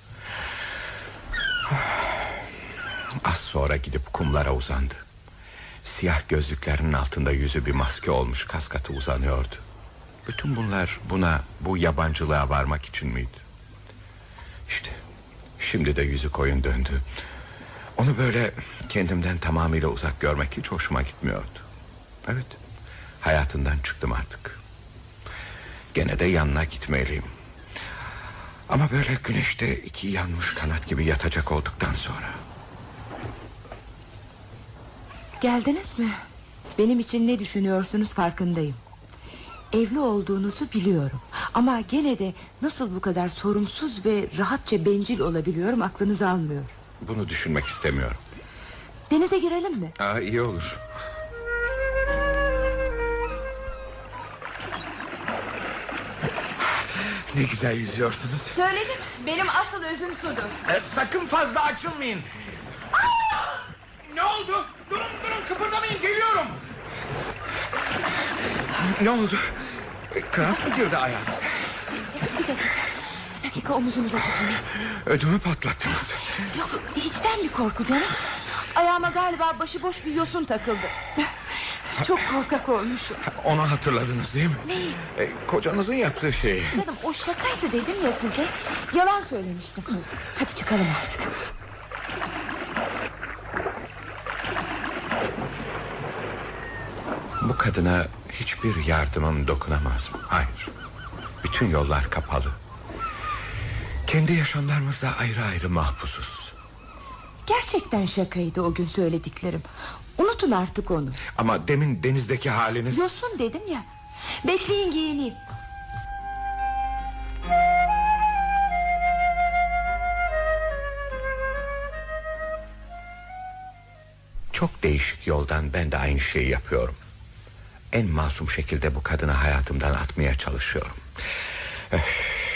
Az sonra gidip kumlara uzandı. Siyah gözlüklerinin altında yüzü bir maske olmuş kaskatı uzanıyordu. Bütün bunlar buna, bu yabancılığa varmak için miydi? İşte şimdi de yüzü koyun döndü. Onu böyle kendimden tamamıyla uzak görmek hiç hoşuma gitmiyordu. Evet, hayatından çıktım artık. Gene de yanına gitmeliyim. Ama böyle güneşte iki yanmış kanat gibi yatacak olduktan sonra. Geldiniz mi? Benim için ne düşünüyorsunuz farkındayım. Evli olduğunuzu biliyorum. Ama gene de nasıl bu kadar sorumsuz ve rahatça bencil olabiliyorum aklınız almıyor. Bunu düşünmek istemiyorum. Denize girelim mi? Aa, iyi olur. Ne güzel yüzüyorsunuz. Söyledim, benim asıl özüm sudur. E, sakın fazla açılmayın. Ne oldu? Durun durun, kıpırdamayın, geliyorum. Ne oldu? Kramp mı girdi ayağınıza? Bir dakika, bir dakika omuzunuza tutun. Ödümü patlattınız. Yok, içten bir korku canım. Ayağıma galiba başıboş bir yosun takıldı. Çok korkak olmuşum. Onu hatırladınız değil mi? Neyi? E, kocanızın yaptığı şeyi. Canım o şakaydı dedim ya size. Yalan söylemiştim. Hadi çıkalım artık. Bu kadına hiçbir yardımım dokunamaz mı? Hayır. Bütün yollar kapalı. Kendi yaşamlarımızda ayrı ayrı mahpusuz. Gerçekten şakaydı o gün söylediklerim. Unutun artık onu. Ama demin denizdeki haliniz... Yosun dedim ya. Bekleyin giyineyim. Çok değişik yoldan ben de aynı şeyi yapıyorum. En masum şekilde bu kadını hayatımdan atmaya çalışıyorum. Öf.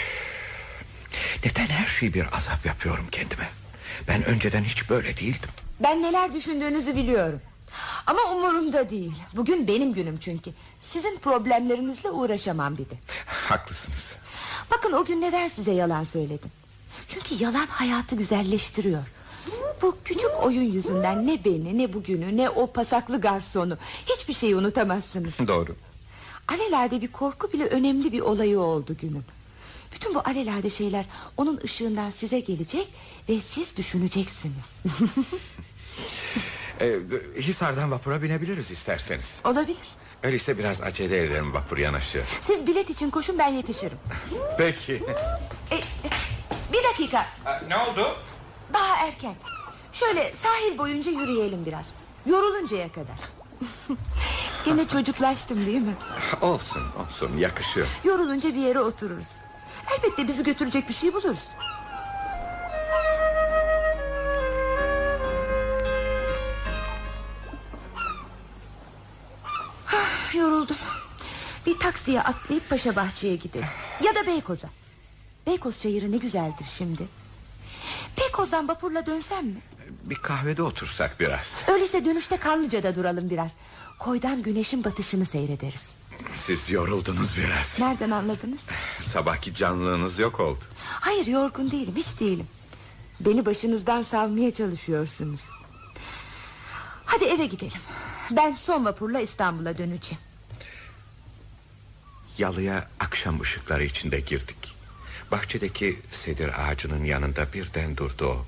Neden her şeyi bir azap yapıyorum kendime? Ben önceden hiç böyle değildim. Ben neler düşündüğünüzü biliyorum. Ama umurumda değil. Bugün benim günüm çünkü. Sizin problemlerinizle uğraşamam bir de. Haklısınız. Bakın o gün neden size yalan söyledim. Çünkü yalan hayatı güzelleştiriyor. Bu küçük oyun yüzünden ne beni, ne bugünü, ne o pasaklı garsonu, hiçbir şeyi unutamazsınız. Doğru. Alelade bir korku bile önemli bir olayı oldu günün. Bütün bu alelade şeyler onun ışığından size gelecek ve siz düşüneceksiniz. Ee, Hisar'dan vapura binebiliriz isterseniz. Olabilir. Öyleyse biraz acele edelim, vapur yanaşıyor. Siz bilet için koşun, ben yetişirim. Peki. e, Bir dakika. Ne oldu? Daha erken. Şöyle sahil boyunca yürüyelim biraz. Yoruluncaya kadar. Gene çocuklaştım değil mi? Olsun olsun, yakışıyor. Yorulunca bir yere otururuz. Elbette bizi götürecek bir şey buluruz. Bir taksiye atlayıp Paşa Bahçe'ye gidelim. Ya da Beykoz'a. Beykoz çayırı ne güzeldir şimdi. Beykoz'dan vapurla dönsem mi? Bir kahvede otursak biraz. Öyleyse dönüşte Kanlıca'da duralım biraz. Koydan güneşin batışını seyrederiz. Siz yoruldunuz biraz. Nereden anladınız? Sabahki canlılığınız yok oldu. Hayır, yorgun değilim, hiç değilim. Beni başınızdan savmaya çalışıyorsunuz. Hadi eve gidelim. Ben son vapurla İstanbul'a döneceğim. Yalıya akşam ışıkları içinde girdik. Bahçedeki sedir ağacının yanında birden durdu o.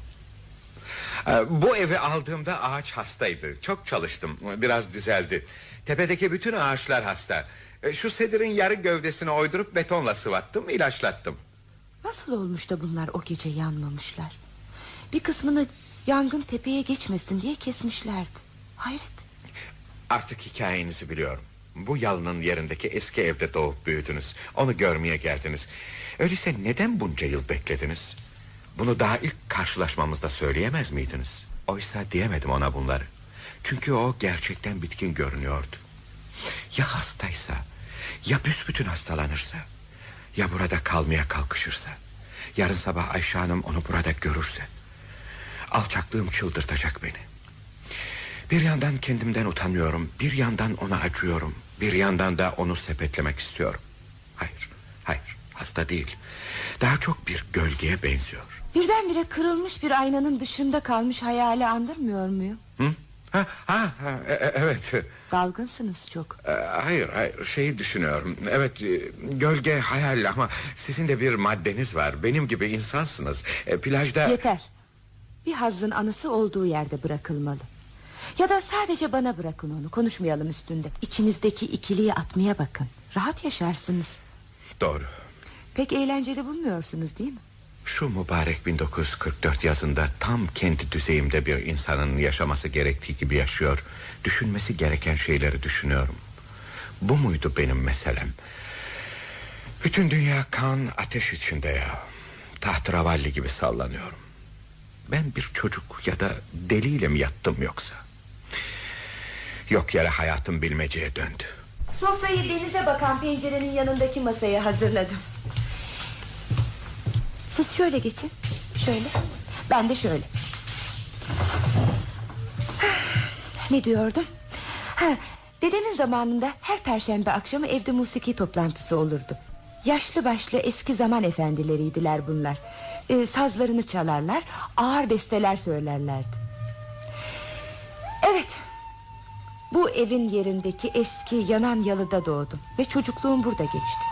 Bu evi aldığımda ağaç hastaydı. Çok çalıştım, biraz düzeldi. Tepedeki bütün ağaçlar hasta. Şu sedirin yarı gövdesini oydurup betonla sıvattım, ilaçlattım. Nasıl olmuş da bunlar o gece yanmamışlar? Bir kısmını yangın tepeye geçmesin diye kesmişlerdi. Hayret. Artık hikayenizi biliyorum. Bu yalının yerindeki eski evde doğup büyüdünüz. Onu görmeye geldiniz. Öyleyse neden bunca yıl beklediniz? Bunu daha ilk karşılaşmamızda söyleyemez miydiniz? Oysa diyemedim ona bunları. Çünkü o gerçekten bitkin görünüyordu. Ya hastaysa, ya büsbütün hastalanırsa, ya burada kalmaya kalkışırsa, yarın sabah Ayşe Hanım onu burada görürse, alçaklığım çıldırtacak beni. Bir yandan kendimden utanıyorum, bir yandan ona acıyorum, bir yandan da onu sepetlemek istiyorum. Hayır, hayır, hasta değil. Daha çok bir gölgeye benziyor. Birdenbire kırılmış bir aynanın dışında kalmış hayali andırmıyor muyum? Hı? Ha, ha, ha, e- e- evet. Dalgınsınız çok. E, hayır, hayır, şeyi düşünüyorum. Evet, e, gölge hayal ama sizin de bir maddeniz var. Benim gibi insansınız. E, plajda... Yeter. Bir hazzın anısı olduğu yerde bırakılmalı. Ya da sadece bana bırakın onu, konuşmayalım üstünde. İçinizdeki ikiliyi atmaya bakın. Rahat yaşarsınız. Doğru. Pek eğlenceli bulmuyorsunuz değil mi? Şu mübarek bin dokuz yüz kırk dört yazında tam kendi düzeyimde bir insanın yaşaması gerektiği gibi yaşıyor. Düşünmesi gereken şeyleri düşünüyorum. Bu muydu benim meselem? Bütün dünya kan ateş içinde ya. Tahterevalli gibi sallanıyorum. Ben bir çocuk ya da deliyle mi yattım yoksa? Yok yere hayatım bilmeceye döndü. Sofrayı denize bakan pencerenin yanındaki masaya hazırladım. Siz şöyle geçin. Şöyle. Ben de şöyle. Ne diyordum? Ha, dedemin zamanında her perşembe akşamı evde musiki toplantısı olurdu. Yaşlı başlı eski zaman efendileriydiler bunlar. Ee, sazlarını çalarlar, ağır besteler söylerlerdi. Evet, bu evin yerindeki eski yanan yalıda doğdum ve çocukluğum burada geçti.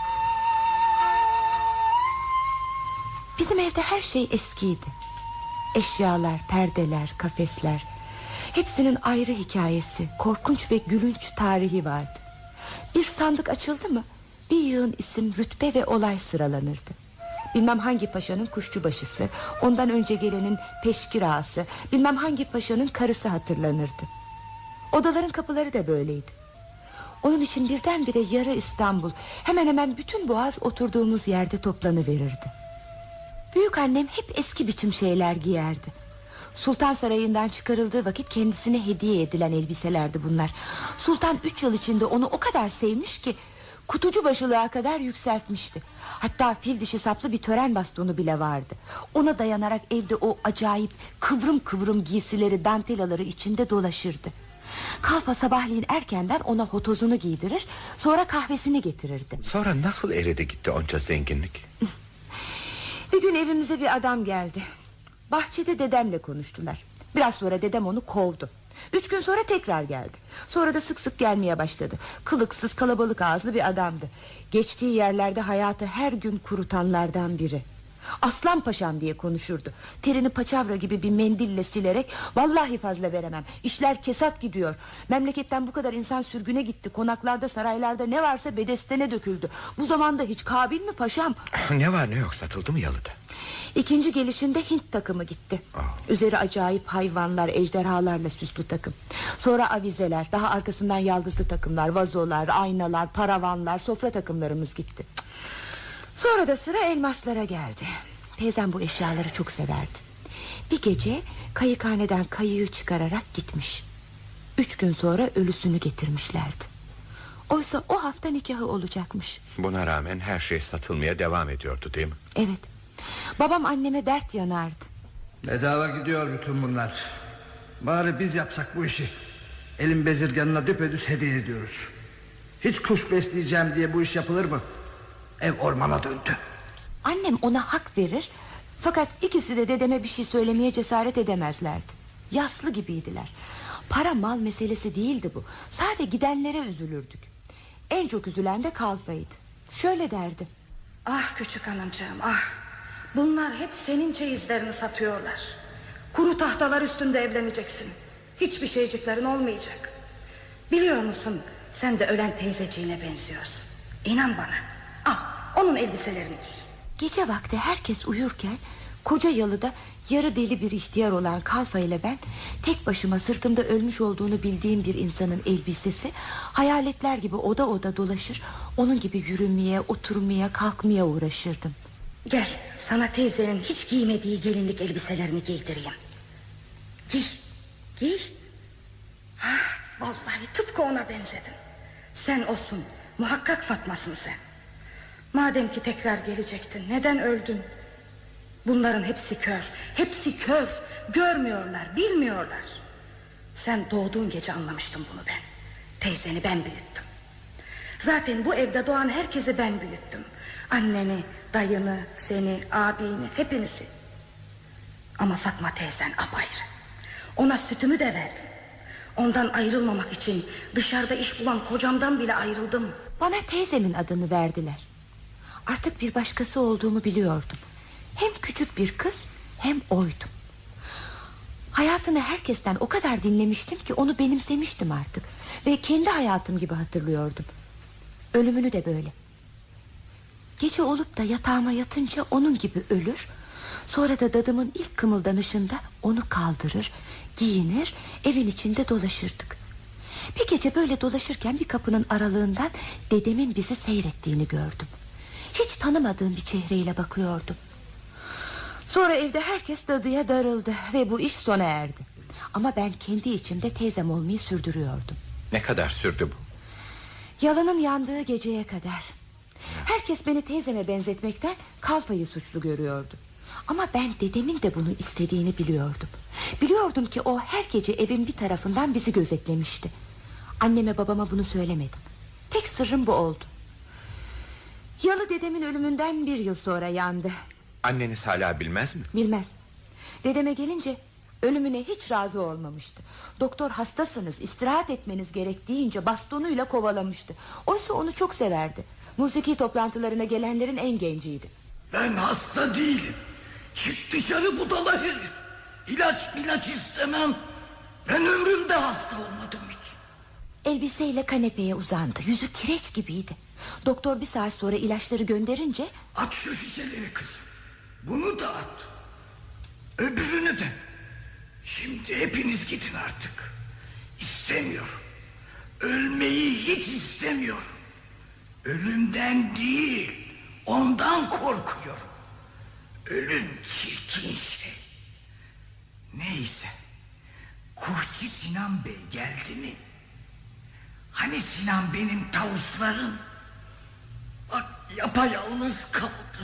Bizim evde her şey eskiydi. Eşyalar, perdeler, kafesler, hepsinin ayrı hikayesi, korkunç ve gülünç tarihi vardı. Bir sandık açıldı mı bir yığın isim, rütbe ve olay sıralanırdı. Bilmem hangi paşanın kuşçubaşısı, ondan önce gelenin peşkir ağası, bilmem hangi paşanın karısı hatırlanırdı. Odaların kapıları da böyleydi. Onun için birdenbire yarı İstanbul, hemen hemen bütün Boğaz oturduğumuz yerde toplanıverirdi. Büyük annem hep eski biçim şeyler giyerdi. Sultan sarayından çıkarıldığı vakit kendisine hediye edilen elbiselerdi bunlar. Sultan üç yıl içinde onu o kadar sevmiş ki kutucu başılığa kadar yükseltmişti. Hatta fil dişi saplı bir tören bastonu bile vardı. Ona dayanarak evde o acayip kıvrım kıvrım giysileri, dantelaları içinde dolaşırdı. Kalfa sabahleyin erkenden ona hotozunu giydirir, sonra kahvesini getirirdi. Sonra nasıl eridi gitti onca zenginlik? Bir gün evimize bir adam geldi. Bahçede dedemle konuştular. Biraz sonra dedem onu kovdu. Üç gün sonra tekrar geldi. Sonra da sık sık gelmeye başladı. Kılıksız, kalabalık ağızlı bir adamdı. Geçtiği yerlerde hayatı her gün kurutanlardan biri. Aslan paşam diye konuşurdu. Terini paçavra gibi bir mendille silerek vallahi fazla veremem, İşler kesat gidiyor. Memleketten bu kadar insan sürgüne gitti. Konaklarda, saraylarda ne varsa bedestene döküldü. Bu zamanda hiç kabil mi paşam? Ne var ne yok satıldı mı yalıda? İkinci gelişinde Hint takımı gitti. Oh. Üzeri acayip hayvanlar, ejderhalarla süslü takım. Sonra avizeler, daha arkasından yaldızlı takımlar, vazolar, aynalar, paravanlar, sofra takımlarımız gitti. Sonra da sıra elmaslara geldi. Teyzem bu eşyaları çok severdi. Bir gece kayıkhaneden kayığı çıkararak gitmiş. Üç gün sonra ölüsünü getirmişlerdi. Oysa o hafta nikahı olacakmış. Buna rağmen her şey satılmaya devam ediyordu değil mi? Evet. Babam anneme dert yanardı. Bedava gidiyor bütün bunlar. Bari biz yapsak bu işi. Elin bezirganına düpedüz hediye ediyoruz. Hiç kuş besleyeceğim diye bu iş yapılır mı? Ev ormana döndü. Annem ona hak verir. Fakat ikisi de dedeme bir şey söylemeye cesaret edemezlerdi. Yaslı gibiydiler. Para mal meselesi değildi bu. Sadece gidenlere üzülürdük. En çok üzülen de Kalfa'ydı. Şöyle derdi: ah küçük hanımcığım, ah. Bunlar hep senin çeyizlerini satıyorlar. Kuru tahtalar üstünde evleneceksin. Hiçbir şeyciklerin olmayacak. Biliyor musun, sen de ölen teyzeciğine benziyorsun. İnan bana. Al, onun elbiselerini giy. Gece vakti herkes uyurken koca yalıda yarı deli bir ihtiyar olan Kalfa ile ben, tek başıma sırtımda ölmüş olduğunu bildiğim bir insanın elbisesi, hayaletler gibi oda oda dolaşır, onun gibi yürümeye, oturmaya, kalkmaya uğraşırdım. Gel, sana teyzenin hiç giymediği gelinlik elbiselerini giydireyim. Giy, giy. Ah, vallahi tıpkı ona benzedin. Sen olsun, muhakkak Fatma'sın sen. Madem ki tekrar gelecektin, neden öldün? Bunların hepsi kör, hepsi kör. Görmüyorlar, bilmiyorlar. Sen doğduğun gece anlamıştım bunu ben. Teyzeni ben büyüttüm. Zaten bu evde doğan herkesi ben büyüttüm. Anneni, dayını, seni, abini, hepinizi. Ama Fatma teyzen apayrı. Ona sütümü de verdim. Ondan ayrılmamak için dışarıda iş bulan kocamdan bile ayrıldım. Bana teyzemin adını verdiler. Artık bir başkası olduğumu biliyordum. Hem küçük bir kız hem oydum. Hayatını herkesten o kadar dinlemiştim ki onu benimsemiştim artık. Ve kendi hayatım gibi hatırlıyordum. Ölümünü de böyle. Gece olup da yatağıma yatınca onun gibi ölür. Sonra da dadımın ilk kımıldanışında onu kaldırır, giyinir, evin içinde dolaşırdık. Bir gece böyle dolaşırken bir kapının aralığından dedemin bizi seyrettiğini gördüm. Hiç tanımadığım bir çehreyle bakıyordum. Sonra evde herkes dadıya darıldı ve bu iş sona erdi. Ama ben kendi içimde teyzem olmayı sürdürüyordum. Ne kadar sürdü bu? Yalının yandığı geceye kadar. Herkes beni teyzeme benzetmekten Kalfa'yı suçlu görüyordu. Ama ben dedemin de bunu istediğini biliyordum. Biliyordum ki o her gece evin bir tarafından bizi gözetlemişti. Anneme babama bunu söylemedim. Tek sırrım bu oldu. Yalı dedemin ölümünden bir yıl sonra yandı. Anneniz hala bilmez mi? Bilmez. Dedeme gelince ölümüne hiç razı olmamıştı. Doktor hastasınız, istirahat etmeniz gerek deyince bastonuyla kovalamıştı. Oysa onu çok severdi. Musiki toplantılarına gelenlerin en genciydi. Ben hasta değilim. Çık dışarı budala herif. İlaç ilaç istemem. Ben ömrümde hasta olmadım hiç. Elbiseyle kanepeye uzandı. Yüzü kireç gibiydi. Doktor bir saat sonra ilaçları gönderince... At şu şişeleri kızım. Bunu da at. Öbürünü de. Şimdi hepiniz gidin artık. İstemiyorum. Ölmeyi hiç istemiyorum. Ölümden değil, ondan korkuyorum. Ölüm çirkin şey. Neyse. Kuşçu Sinan Bey geldi mi? Hani Sinan benim tavuslarım? Bak yapayalnız kaldım.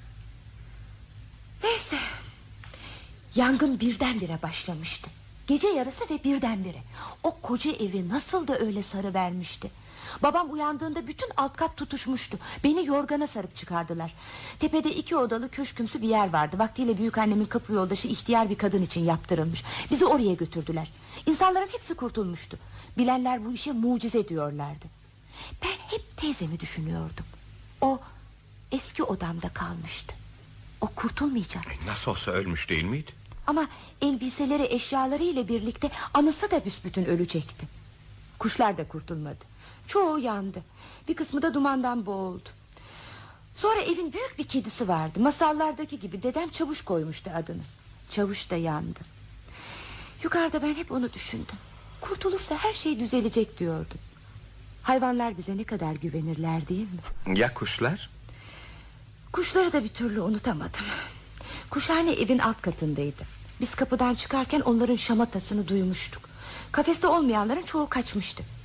Neyse. Yangın birdenbire başlamıştı. Gece yarısı ve birdenbire. O koca evi nasıl da öyle sarı vermişti. Babam uyandığında bütün alt kat tutuşmuştu. Beni yorgana sarıp çıkardılar. Tepede iki odalı köşkümsü bir yer vardı. Vaktiyle büyükannemin kapı yoldaşı ihtiyar bir kadın için yaptırılmış. Bizi oraya götürdüler. İnsanların hepsi kurtulmuştu. Bilenler bu işe mucize diyorlardı. Ben hep teyzemi düşünüyordum. O eski odamda kalmıştı. O kurtulmayacak. Nasıl olsa ölmüş değil miydi? Ama elbiseleri, eşyaları ile birlikte anısı da büsbütün ölecekti. Kuşlar da kurtulmadı. Çoğu yandı. Bir kısmı da dumandan boğuldu. Sonra evin büyük bir kedisi vardı. Masallardaki gibi dedem Çavuş koymuştu adını. Çavuş da yandı. Yukarıda ben hep onu düşündüm. Kurtulursa her şey düzelecek diyordum. Hayvanlar bize ne kadar güvenirler değil mi? Ya kuşlar? Kuşları da bir türlü unutamadım. Kuşhane evin alt katındaydı. Biz kapıdan çıkarken onların şamatasını duymuştuk. Kafeste olmayanların çoğu kaçmıştı.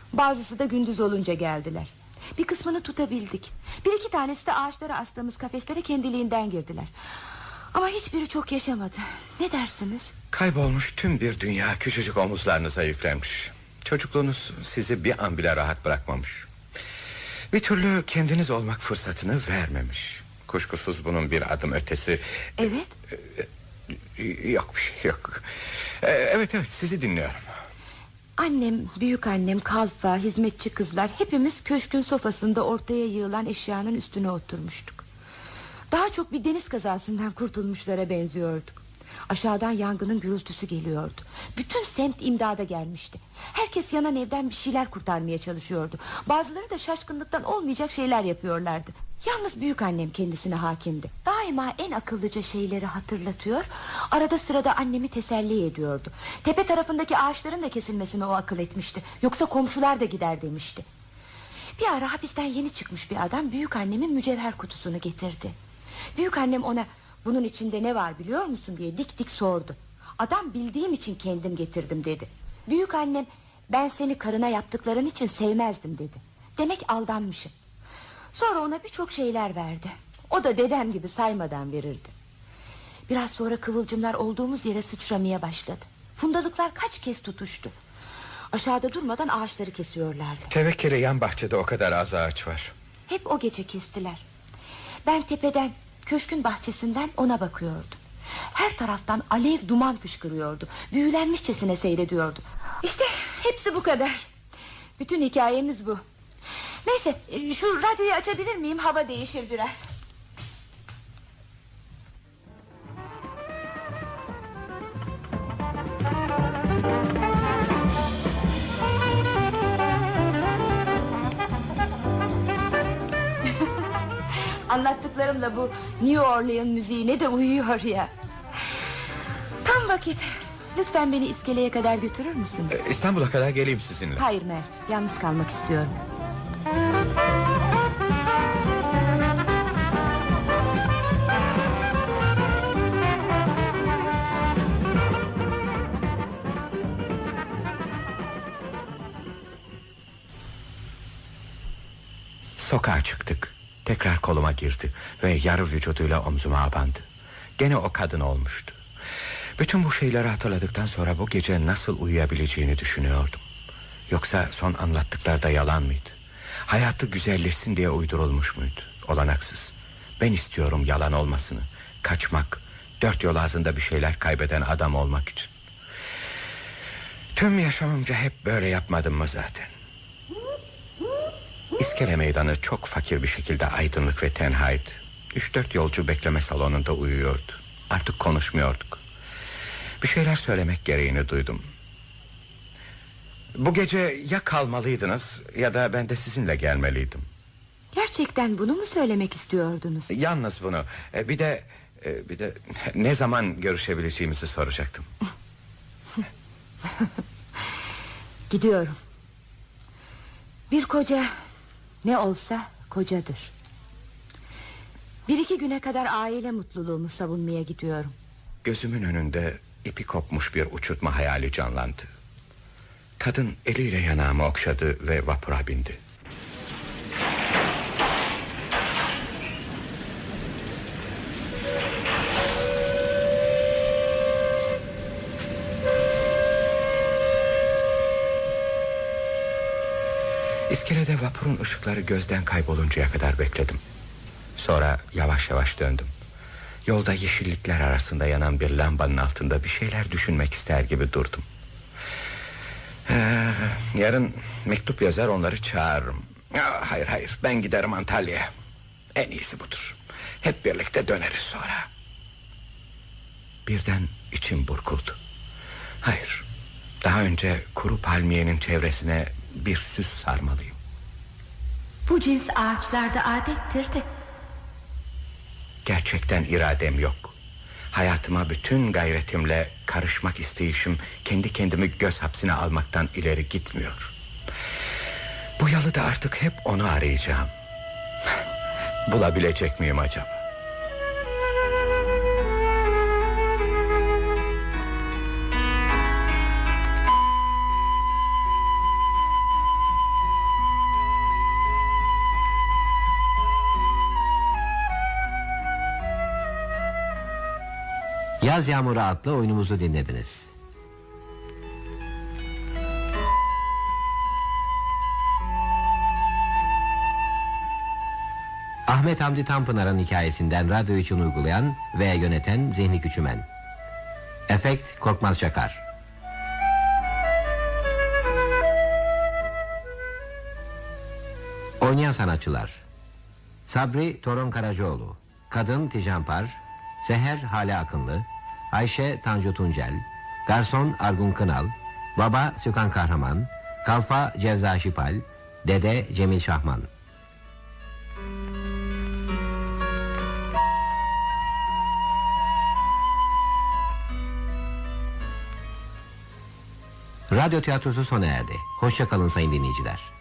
Bazısı da gündüz olunca geldiler. Bir kısmını tutabildik. Bir iki tanesi de ağaçlara astığımız kafeslere kendiliğinden girdiler. Ama hiçbiri çok yaşamadı. Ne dersiniz? Kaybolmuş tüm bir dünya küçücük omuzlarınıza yüklenmiş. Çocukluğunuz sizi bir an bile rahat bırakmamış. Bir türlü kendiniz olmak fırsatını vermemiş. Kuşkusuz bunun bir adım ötesi. Evet. Yok bir şey yok. Evet evet, sizi dinliyorum. Annem, büyük annem, kalfa, hizmetçi kızlar hepimiz köşkün sofasında ortaya yığılan eşyanın üstüne oturmuştuk. Daha çok bir deniz kazasından kurtulmuşlara benziyorduk. Aşağıdan yangının gürültüsü geliyordu. Bütün semt imdada gelmişti. Herkes yanan evden bir şeyler kurtarmaya çalışıyordu. Bazıları da şaşkınlıktan olmayacak şeyler yapıyorlardı. Yalnız büyük annem kendisine hakimdi. Daima en akıllıca şeyleri hatırlatıyor, arada sırada annemi teselli ediyordu. Tepe tarafındaki ağaçların da kesilmesini o akıl etmişti. Yoksa komşular da gider demişti. Bir ara hapisten yeni çıkmış bir adam büyük annemin mücevher kutusunu getirdi. Büyük annem ona bunun içinde ne var biliyor musun diye dik dik sordu. Adam bildiğim için kendim getirdim dedi. Büyük annem ben seni karına yaptıkların için sevmezdim dedi. Demek aldanmışım. Sonra ona birçok şeyler verdi. O da dedem gibi saymadan verirdi. Biraz sonra kıvılcımlar olduğumuz yere sıçramaya başladı. Fundalıklar kaç kez tutuştu. Aşağıda durmadan ağaçları kesiyorlardı. Tevekkeli yan bahçede o kadar az ağaç var. Hep o gece kestiler. Ben tepeden, köşkün bahçesinden ona bakıyordum. Her taraftan alev duman fışkırıyordu. Büyülenmişçesine seyrediyordu. İşte hepsi bu kadar. Bütün hikayemiz bu. Neyse, şu radyoyu açabilir miyim? Hava değişir biraz. Anlattıklarımla bu New Orleans müziği ne de uyuyor ya. Tam vakit. Lütfen beni iskeleye kadar götürür müsünüz? Ee, İstanbul'a kadar geleyim sizinle. Hayır Mersi, yalnız kalmak istiyorum. Sokağa çıktık. Tekrar koluma girdi ve yarı vücuduyla omzuma abandı. Gene o kadın olmuştu. Bütün bu şeyleri hatırladıktan sonra bu gece nasıl uyuyabileceğini düşünüyordum. Yoksa son anlattıklar da yalan mıydı? Hayatı güzelleşsin diye uydurulmuş muydu? Olanaksız. Ben istiyorum yalan olmasını. Kaçmak, dört yol ağzında bir şeyler kaybeden adam olmak için. Tüm yaşamımca hep böyle yapmadım mı zaten? İskele meydanı çok fakir bir şekilde aydınlık ve tenhaydı. Üç dört yolcu bekleme salonunda uyuyordu. Artık konuşmuyorduk. Bir şeyler söylemek gereğini duydum. Bu gece ya kalmalıydınız ya da ben de sizinle gelmeliydim. Gerçekten bunu mu söylemek istiyordunuz? Yalnız bunu. Bir de bir de ne zaman görüşebileceğimizi soracaktım. Gidiyorum. Bir koca ne olsa kocadır. Bir iki güne kadar aile mutluluğumu savunmaya gidiyorum. Gözümün önünde ipi kopmuş bir uçurtma hayali canlandı. Kadın eliyle yanağımı okşadı ve vapura bindi. İskelede vapurun ışıkları gözden kayboluncaya kadar bekledim. Sonra yavaş yavaş döndüm. Yolda yeşillikler arasında yanan bir lambanın altında bir şeyler düşünmek ister gibi durdum. Ee, yarın mektup yazar, onları çağırırım. Aa, hayır hayır, ben giderim Antalya'ya. En iyisi budur. Hep birlikte döneriz sonra. Birden içim burkuldu. Hayır, daha önce kuru palmiyenin çevresine bir süs sarmalıyım. Bu cins ağaçlarda adettir de. Gerçekten iradem yok. Hayatıma bütün gayretimle karışmak isteyişim kendi kendimi göz hapsine almaktan ileri gitmiyor. Bu yalıda artık hep onu arayacağım. Bulabilecek miyim acaba? Yaz Yağmuru adlı oyunumuzu dinlediniz. Ahmet Hamdi Tanpınar'ın hikayesinden radyo için uygulayan ve yöneten Zihni Küçümen. Efekt Korkmaz Çakar. Oynayan sanatçılar: Sabri Toron Karacaoğlu, Kadın Tijan Par, Seher Hale Akınlı, Ayşe Tanju Tuncel, Garson Argun Kınal, Baba Sükan Kahraman, Kalfa Cevza Şipal, Dede Cemil Şahman. Radyo tiyatrosu sona erdi. Hoşça kalın sayın dinleyiciler.